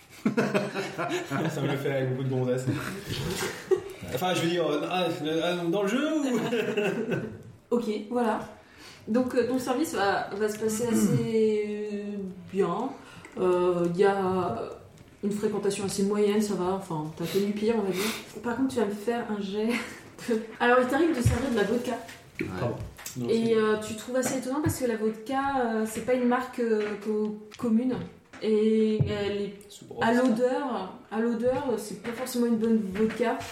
Ça me le fait avec beaucoup de gonzesses. Enfin, je veux dire, dans le jeu ou... Ok, voilà. Donc ton service va se passer assez bien. Il y a une fréquentation assez moyenne, ça va. Enfin, t'as connu pire, on va dire. Par contre, tu vas me faire un jet. Alors, il t'arrive de servir de la vodka. Ouais. Et tu trouves assez étonnant parce que la vodka, c'est pas une marque commune. Et elle est à l'odeur, c'est pas forcément une bonne vodka.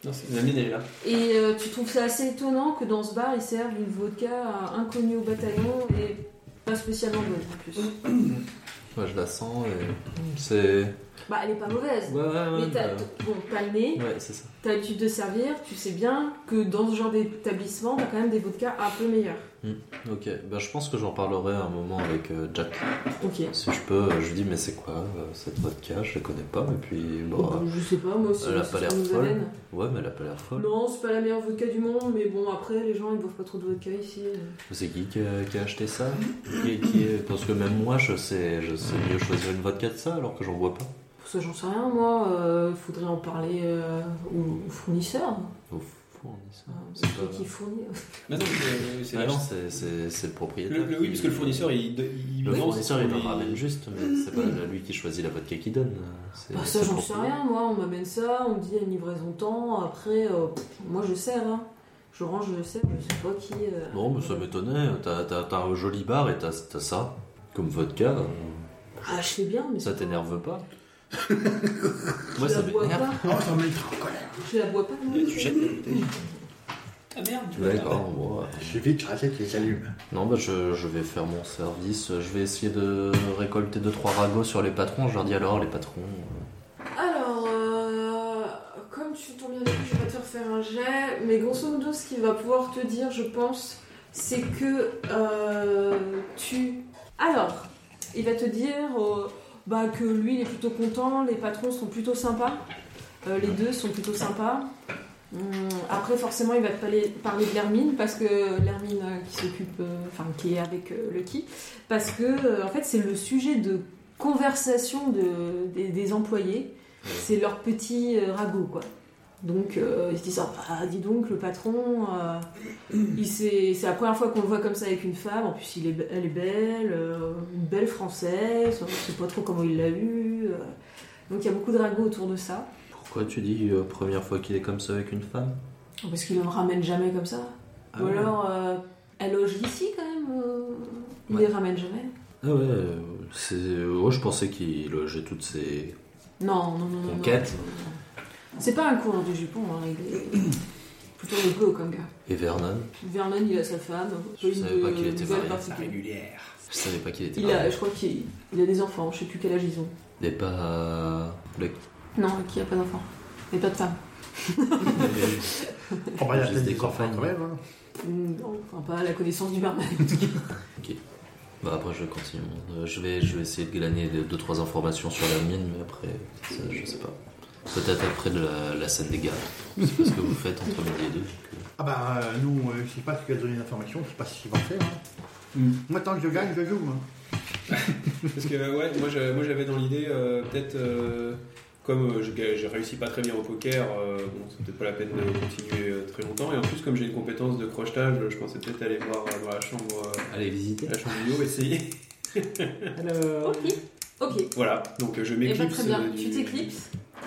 Non, la mienne elle est là. Et tu trouves ça assez étonnant que dans ce bar, ils servent une vodka inconnue au bataillon et pas spécialement bonne en plus. Moi je la sens et c'est... Bah elle est pas mauvaise. Ouais, mais t'as le nez, ouais, c'est ça. t'as l'habitude de servir, tu sais bien que dans ce genre d'établissement, t'as quand même des vodkas un peu meilleurs. Ok, bah, je pense que j'en parlerai un moment avec Jack. Ok. Si je peux, je lui dis mais c'est quoi cette vodka, je la connais pas et puis bon... je sais pas, moi aussi. Elle a pas l'air folle. Ouais, mais elle a pas l'air folle. Non, c'est pas la meilleure vodka du monde, mais bon après les gens ils boivent pas trop de vodka ici. C'est qui a acheté ça qui est... Parce que même moi je sais mieux choisir une vodka de ça alors que j'en bois pas. Ça j'en sais rien moi, faudrait en parler aux fournisseurs. Au fournisseur. C'est pas qui fournit. Non, c'est le propriétaire. Oui, parce que le fournisseur il le fournisseur il le ramène juste, mais c'est pas lui qui choisit la vodka qu'il donne. Bah ça j'en sais rien moi, on m'amène ça, on me dit il y a une livraison temps, après moi je sers hein. Je range, je sers, je sais pas qui. Non mais ça m'étonnait, t'as un joli bar et t'as ça comme vodka. Ah je sais bien mais ça t'énerve pas. Moi ça m'énerve. Oh ça me met en colère. Je la bois pas non. Tu jettes la bouteille. Ah merde. D'accord, bon. Je vais vite, je rachète les allumes. Non bah je vais faire mon service, je vais essayer de récolter 2-3 ragots sur les patrons, je leur dis alors les patrons. Alors comme tu tombes bien avec lui, je vais pas te refaire un jet, mais grosso modo ce qu'il va pouvoir te dire je pense c'est que Alors, il va te dire que lui il est plutôt content, les patrons sont plutôt sympas, les deux sont plutôt sympas. Après forcément il va te parler de l'Hermine parce que l'Hermine qui s'occupe, qui est avec Lucky, parce que en fait c'est le sujet de conversation des employés, c'est leur petit ragot quoi. Donc ils se disent dis donc le patron, c'est la première fois qu'on le voit comme ça avec une femme, en plus elle est belle, une belle française, on ne sait pas trop comment il l'a eu, donc il y a beaucoup de ragots autour de ça. Pourquoi tu dis première fois qu'il est comme ça avec une femme ? Parce qu'il ne me ramène jamais comme ça. Ou alors elle loge ici quand même, il les ramène jamais. Ah ouais, je pensais qu'il logeait toutes ses conquêtes. C'est pas un coureur du jupon, hein, il est plutôt rigolo comme gars. Et Vernon, il a sa femme. Je savais pas qu'il était marié. Régulière. Je savais pas qu'il était marié. Je crois qu'il a des enfants, je sais plus quel âge ils ont. Et pas... Non, qui a pas d'enfants. Et pas de femme. Il y a juste des campagnes quand même. Non, pas à la connaissance du barman. Ok. Bah après je continue. Je vais essayer de glaner 2-3 informations sur la mine, mais après, ça, je sais pas. Peut-être après de la scène des gars. C'est pas ce que vous faites entre midi et deux. Nous, je sais pas si tu as donné l'information, je sais pas ce qu'ils vont faire. Moi, tant que je gagne, je joue. Parce que moi j'avais dans l'idée, peut-être, comme j'ai réussi pas très bien au poker, c'est peut-être pas la peine de continuer très longtemps. Et en plus, comme j'ai une compétence de crochetage, je pensais peut-être aller voir dans la chambre. Aller visiter la chambre du haut, essayer. Alors... Ok. Voilà, donc je m'éclipse. Très bien, tu t'éclipses.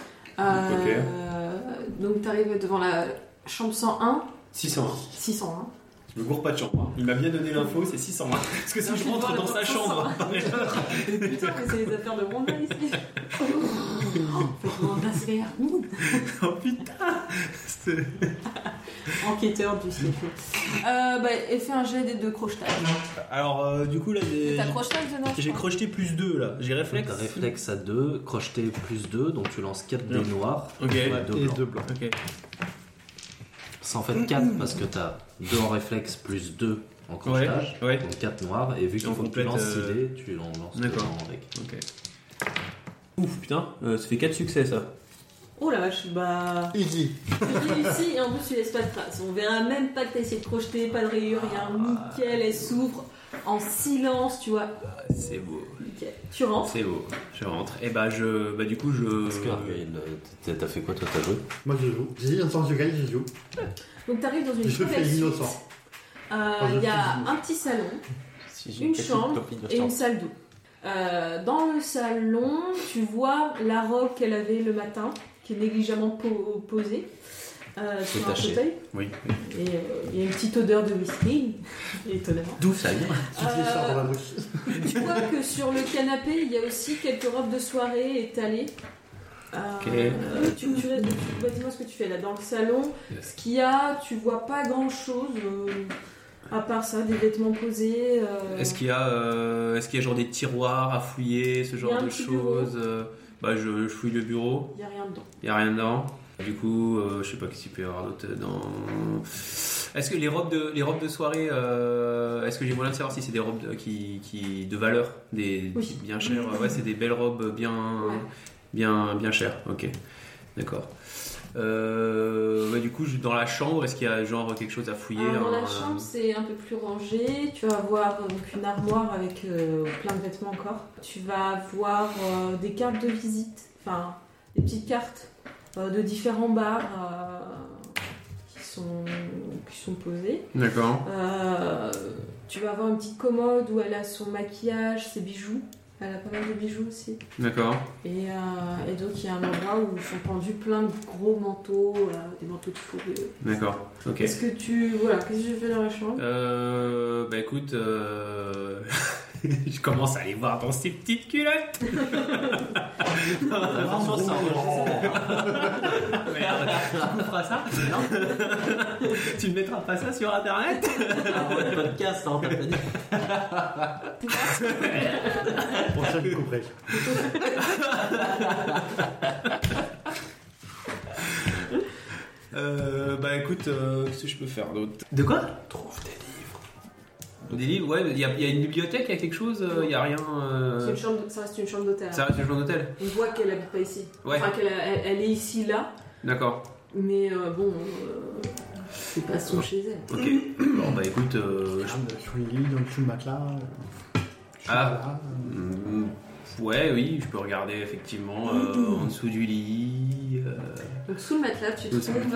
Donc tu arrives devant la chambre 101. 601. Je me gourre pas de chambre. Hein. Il m'a bien donné l'info, c'est 601. Parce que si je rentre dans sa chambre. Putain, mais c'est les affaires de Wanda ici. Faites-moi passer Hermine. Oh putain. Enquêteur du siècle. Et fais un jet de crochetage. Alors, du coup, là, t'as crochetage dedans. J'ai crocheté +2 là. J'ai réflexe. T'as réflexe à 2, crocheté +2, donc tu lances 4 dés noirs. Ok. Et 2 blancs. Ok. C'est en fait 4 parce que t'as 2 en réflexe plus 2 en crochetage. Ouais. Donc 4 noirs. Et vu qu'il faut que tu lances 6 dés, tu en lances 2 avec. Ok. Ouf, putain, ça fait 4 succès ça. Oh la vache, Easy. Tu réussis et en plus tu laisses pas de traces. On verra même pas que t'as essayé de crocheter, pas de rayures, rien, nickel, elle s'ouvre en silence, tu vois. C'est beau. Nickel. Tu rentres. C'est beau. Je rentre. Et du coup je. Est-ce que t'as fait quoi toi, t'as joué? Moi je joue. J'ai dit en tant que je gagne, je joue. Donc t'arrives dans une je fais l'innocent. Il y a un petit salon, une chambre et une salle d'eau. Dans le salon, tu vois la robe qu'elle avait le matin, qui est négligemment posée sur un fauteuil. Oui. Et il y a une petite odeur de whisky, étonnamment. D'où ça vient? Tu vois que sur le canapé, il y a aussi quelques robes de soirée étalées. Dis-moi ce que tu fais là dans le salon. Yes. Ce qu'il y a, tu vois pas grand chose à part ça, des vêtements posés. Est-ce qu'il y a genre des tiroirs à fouiller, ce genre de choses? Je fouille le bureau. Il y a rien dedans. Du coup, je sais pas qu'est-ce qu'il peut y avoir d'autre dedans. Est-ce que les robes de soirée, est-ce que j'ai moyen de savoir si c'est des robes qui de valeur, oui. Bien chères? Ouais, c'est des belles robes bien chères. Ok, d'accord. Du coup, dans la chambre, est-ce qu'il y a genre quelque chose à fouiller? Dans la chambre, c'est un peu plus rangé. Tu vas avoir donc une armoire avec plein de vêtements encore. Tu vas avoir des cartes de visite, enfin des petites cartes de différents bars qui sont posés. D'accord. Tu vas avoir une petite commode où elle a son maquillage, ses bijoux. Elle a pas mal de bijoux aussi. D'accord. Et donc il y a un endroit où sont pendus plein de gros manteaux, des manteaux de fourrure. D'accord. Ok. Qu'est-ce que je fais dans la chambre? Écoute, je commence à aller voir dans ces petites culottes. Attention, ça Merde, tu couperas ça? Non. Tu ne mettras pas ça sur internet? Le podcast, t'as pas dit. Prochaine couperai. Écoute, qu'est-ce que je peux faire d'autre? De quoi? Trouve des livres. Des livres, ouais, il y a une bibliothèque, il y a quelque chose, il y a rien. Ça reste une chambre d'hôtel. Ça reste une chambre d'hôtel. On voit qu'elle habite pas ici. Ouais. Enfin, elle est ici là. D'accord. Mais c'est pas son chez elle. Ok. Bon, écoute. Sur le lit, dans le matelas. Oui, je peux regarder effectivement en dessous du lit. Donc sous le matelas, tu trouves.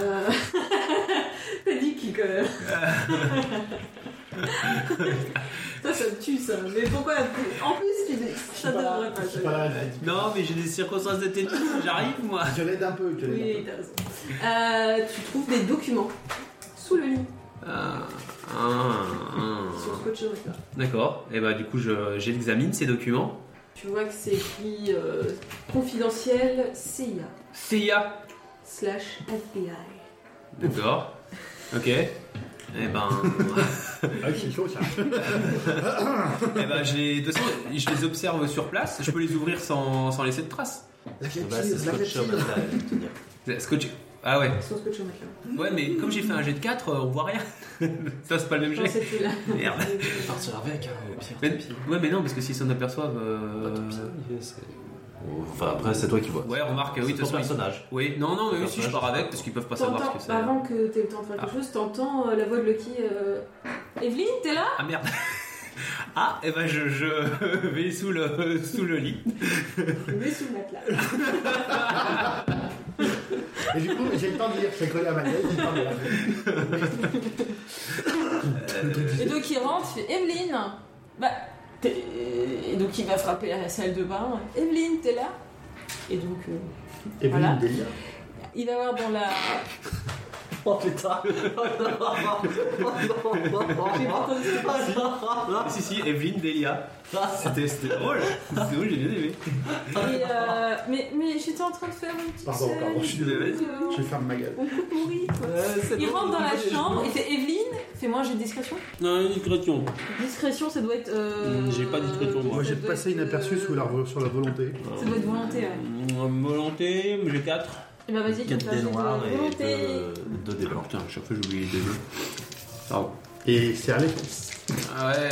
T'as dit qu'il. Ça me tue ça. Mais pourquoi? En plus, ça devrait pas. Non, mais j'ai des circonstances de téléphone, j'arrive moi. Je l'aide un peu. Oui, t'as raison. Tu trouves des documents sous le lit. Sur scotché au matelas. D'accord. Et du coup, j'examine ces documents. Tu vois que c'est écrit confidentiel CIA. CIA /FBI. D'accord. Ok. C'est chaud ça. De toute façon, je les observe sur place. Je peux les ouvrir sans laisser de traces. C'est scotché au matelas. Scotché. Ah ouais. Sans scotché au matelas. Ouais, mais comme j'ai fait un jet de 4, on voit rien. Ça, c'est pas le même jet. Non, c'est plus là. Merde. Partir avec. Mais non, parce que s'ils s'en aperçoivent. Enfin, après, c'est toi qui vois. Ouais, remarque, oui, c'est ton personnage. Oui, non, mais oui, si je pars avec, parce qu'ils peuvent pas savoir ce que c'est. Avant que t'aies le temps de faire quelque chose, t'entends la voix de Lucky. Evelyne, t'es là? Ah merde. Je vais sous le lit. Je vais sous le matelas. Et du coup, j'ai le temps de dire que c'est collé à ma tête, j'ai le temps de dire. Et donc il rentre, il fait Evelyne. Et donc il va frapper à la salle de bain. Evelyne, t'es là? Et donc Evelyne Delia. Il va voir dans la. Oh putain. Si, Evelyne Delia. C'était drôle. C'était drôle, j'ai bien aimé. Mais j'étais en train de faire une petite Pardon, je suis désolé. Je vais fermer ma gueule. On coupe mon rythme. Il rentre dans la chambre, il fait Evelyne, fais-moi j'ai discrétion. Non, discrétion. Discrétion, ça doit être. J'ai pas discrétion moi. Moi j'ai passé inaperçu sur la volonté. Ça doit être volonté, ouais. Volonté, j'ai 4. Et bah vas-y, 4 dés noirs et 2 dés blancs. Putain, à chaque fois j'oublie les dés bleus. Pardon. Et c'est à l'écran. Ah ouais.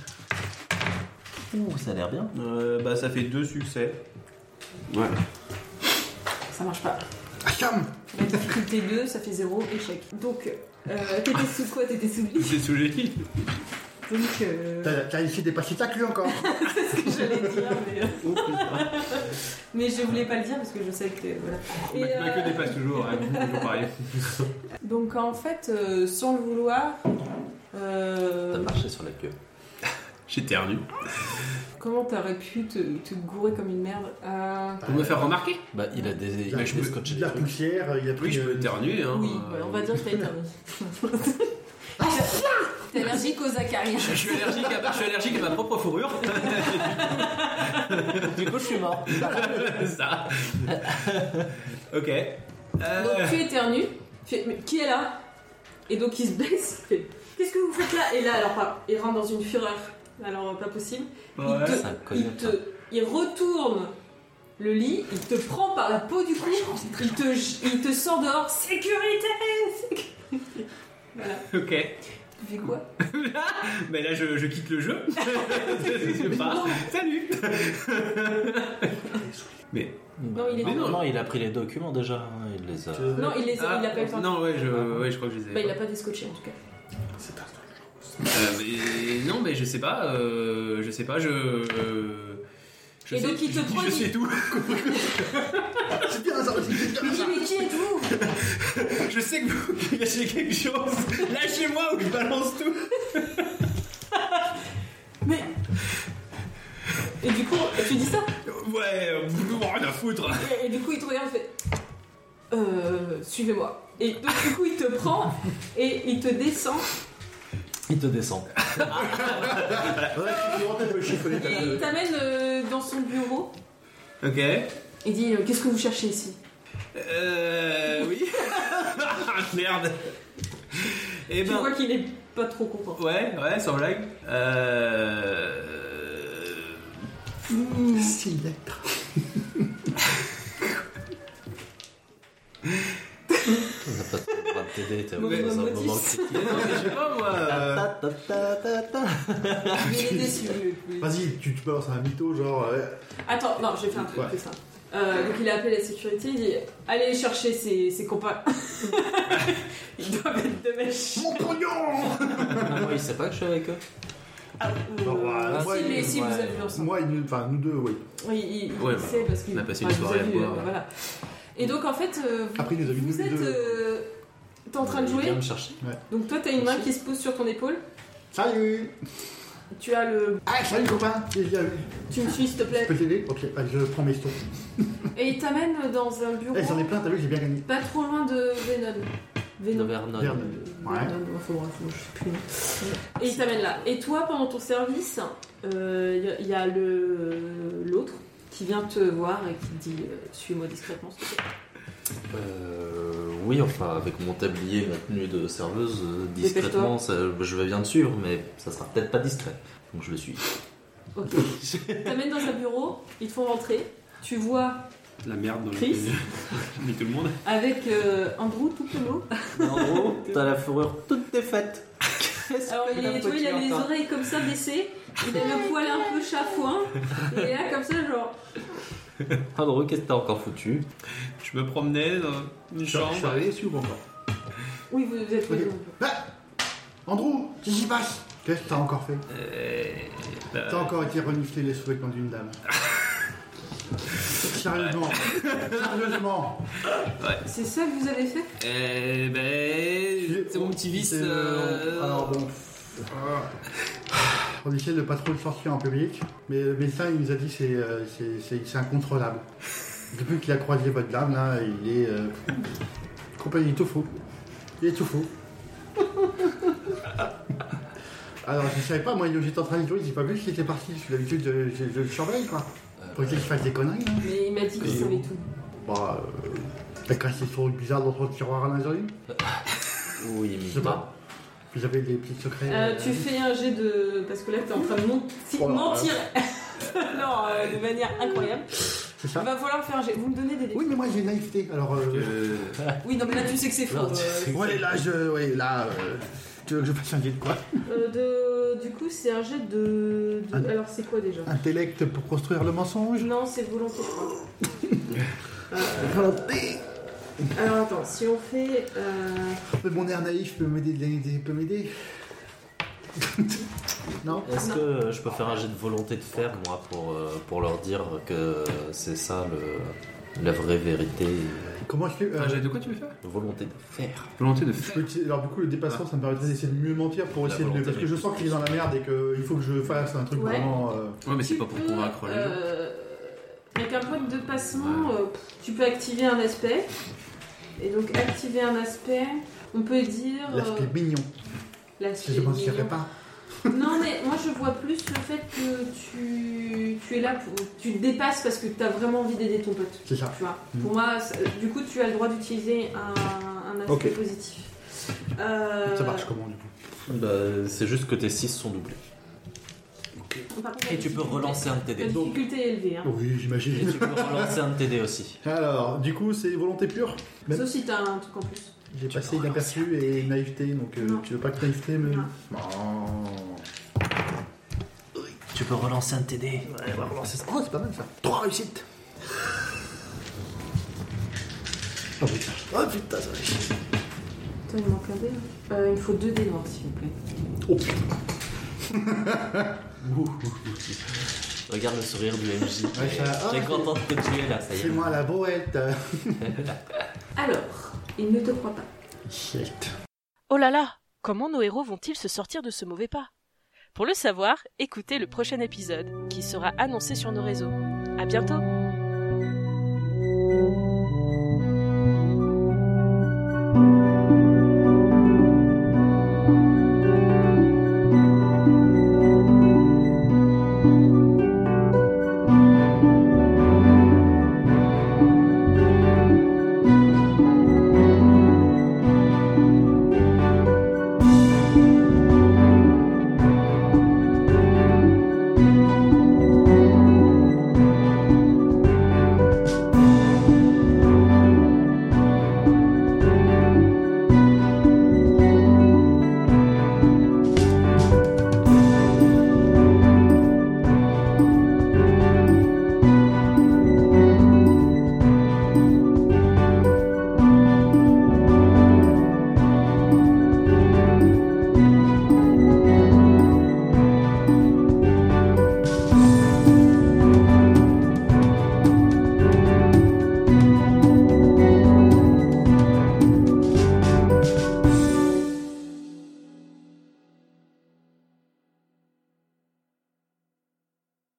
Ça a l'air bien. Ça fait 2 succès. Ouais. Ça marche pas. Acham. La difficulté 2, ça fait 0, échec. Donc, t'étais sous quoi? T'étais sous le lit? C'est sous le lit. Donc, T'as essayé de dépasser ta cul encore. c'est ce que j'allais dire, mais je voulais pas le dire parce que je sais que voilà. Ma queue dépasse toujours, toujours pareil. Donc en fait, sans le vouloir, T'as marché sur la queue. J'éternue. comment t'aurais pu te gourer comme une merde? Pour me faire remarquer? Il a des. Il a scotché de la poussière, il a pris. Oui, je peux éternuer. Hein. Oui, on va dire que t'as éternué. T'es allergique aux acariens. Je suis allergique à ma propre fourrure. Du coup, je suis mort. Voilà. Ça. Ok. Donc tu éternues. Tu fais, mais qui est là? Et donc il se baisse. Il fait, qu'est-ce que vous faites là? Et là, alors, il rentre dans une fureur. Alors, pas possible. Il retourne le lit, il te prend par la peau du cou, il te sort dehors. Sécurité. Voilà. Ok. Tu fais quoi? Mais là, je quitte le jeu. Je sais pas. Salut. Mais Non, il a pris les documents déjà. Il les a. Non, il a pas eu le temps. Non, je crois que je les ai. Bah, il a pas déscotché en tout cas. C'est un non, mais je sais pas. Et donc il te prend. Je sais tout. C'est bien ça. Il dit mais qui êtes-vous? Je sais que vous cachez quelque chose. Lâchez-moi ou je balance tout. Mais. Et du coup, tu dis ça? Ouais, rien à foutre. Et du coup, il te regarde et fait suivez-moi. Et donc, du coup, il te prend et il te descend. Il te descend. Il t'amène dans son bureau. Ok. Il dit qu'est-ce que vous cherchez ici? Oui. Merde. Et tu vois qu'il est pas trop content. Ouais, sans blague. C'est une lettre. On n'a pas trop le droit de t'aider, t'es dans un moment critique. Je sais pas moi. Mais il est déçu. Vas-y, tu balances un mytho, genre. Attends, non, j'ai fait un truc plus simple. Donc il a appelé la sécurité, il dit allez chercher ses copains. Ils doivent être de mèche. Mon pognon. Moi, il sait pas que je suis avec eux. Si vous avez vu ensemble. Moi, nous deux, oui. Oui, il sait parce qu'il a passé une soirée à boire. Voilà. Et donc en fait, après, il nous a vu vous êtes t'es en train de jouer. Il vient me chercher. Ouais. Donc toi, t'as une main qui se pose sur ton épaule. Salut. Tu as le. Ah, salut copain. Tu me suis, s'il te plaît. Je peux t'aider? Ok, allez, je prends mes jetons. Et il t'amène dans un bureau. J'en ai plein, t'as vu, j'ai bien gagné. Pas trop loin de Vernon. Vernon. Ouais. Je sais plus. Et il t'amène là. Et toi, pendant ton service, il y a l'autre qui vient te voir et qui te dit suis-moi discrètement, s'il te plaît. Oui, enfin, avec mon tablier, ma tenue de serveuse, discrètement, je vais bien dessus, mais ça sera peut-être pas discret. Donc je le suis. Ok. T'amènes dans un bureau, ils te font rentrer. Tu vois la merde dans Chris mais tout le monde. avec Andrew tout penaud. Andrew, t'as la fourrure toute défaite. Alors il a les oreilles comme ça baissées, il a le poil un peu chafouin, il est là comme ça genre. Andrew, qu'est-ce que t'as encore foutu? Je me promenais dans une chambre. Je suis arrivé dessus ou pas encore? Oui, vous êtes okay. Andrew, qu'est-ce qui se passe? Qu'est-ce que t'as encore fait? T'as encore été renifler les sous-vêtements d'une dame. Sérieusement. Ouais. C'est ça que vous avez fait? C'est mon petit vice. Alors bon. On essaie de pas trop le sortir en public, mais le médecin il nous a dit que c'est incontrôlable. Depuis qu'il a croisé votre dame là, il est complètement tout fou. Il est tout fou. Alors je savais pas, moi j'étais en train de jouer, j'ai pas vu qu'il était parti. D'habitude je le surveille quoi. Pour qu'il fasse des conneries. Hein. Mais il m'a dit qu'il savait tout. Bah, t'as cassé des trucs bizarres dans ton tiroir à l'intérieur? Oui, mais je sais pas. Vous avez des petits secrets tu fais un jet de. Parce que là t'es en train de mentir. Non, de manière incroyable. C'est ça. Il va falloir faire un jet. Vous me donnez des dés. Oui, mais moi j'ai une naïveté. Alors. Oui, non, mais là tu sais que c'est faux. Ouais, là, tu veux que je fasse un jet de quoi? Du coup, c'est un jet de... Alors, c'est quoi déjà? Intellect pour construire le mensonge? Non, c'est volonté, je crois. Volonté. Alors, attends, si on fait... Mon air naïf peut m'aider. Non. Est-ce que je peux faire un jet de volonté de faire, moi, pour leur dire que c'est ça la vraie vérité? Comment je fais Un jet de quoi tu veux faire? Volonté de faire. Volonté de faire. Alors du coup le dépassement ça me permettrait d'essayer de mieux mentir pour essayer de... Parce que je sens qu'il est dans la merde et qu'il faut que je fasse un truc vraiment... Ouais mais c'est pas pour convaincre les gens. Avec un point de dépassement, tu peux activer un aspect. Et donc activer un aspect, on peut dire... L'aspect mignon. la Je ne mentirais pas. Non, mais moi je vois plus le fait que tu es là pour. Tu te dépasses parce que tu as vraiment envie d'aider ton pote. C'est ça. Tu vois. Pour moi, du coup, tu as le droit d'utiliser un aspect positif. Ça marche comment du coup? C'est juste que tes 6 sont doublés. Et tu peux relancer un de tes dés. La difficulté est élevée. Hein. Oui, j'imagine. Et tu peux relancer un de tes dés aussi. Alors, du coup, c'est volonté pure. Sauf si t'as un truc en plus. J'ai passé inaperçu et naïveté, donc tu veux pas que naïveté me... Non. Tu peux relancer un de tes dés. Ouais, on va relancer ça. Oh, c'est pas mal ça. 3 réussites. Oh putain. Oh putain, ça réussit. Attends, il manque un dé. Il faut 2 dés noirs, s'il vous plaît. Oh putain. Regarde le sourire du MJ. T'es content de te tuer là, ça y est. C'est moi la bohète. Alors, il ne te croit pas. Shit. Oh là là, comment nos héros vont-ils se sortir de ce mauvais pas? Pour le savoir, écoutez le prochain épisode, qui sera annoncé sur nos réseaux. À bientôt!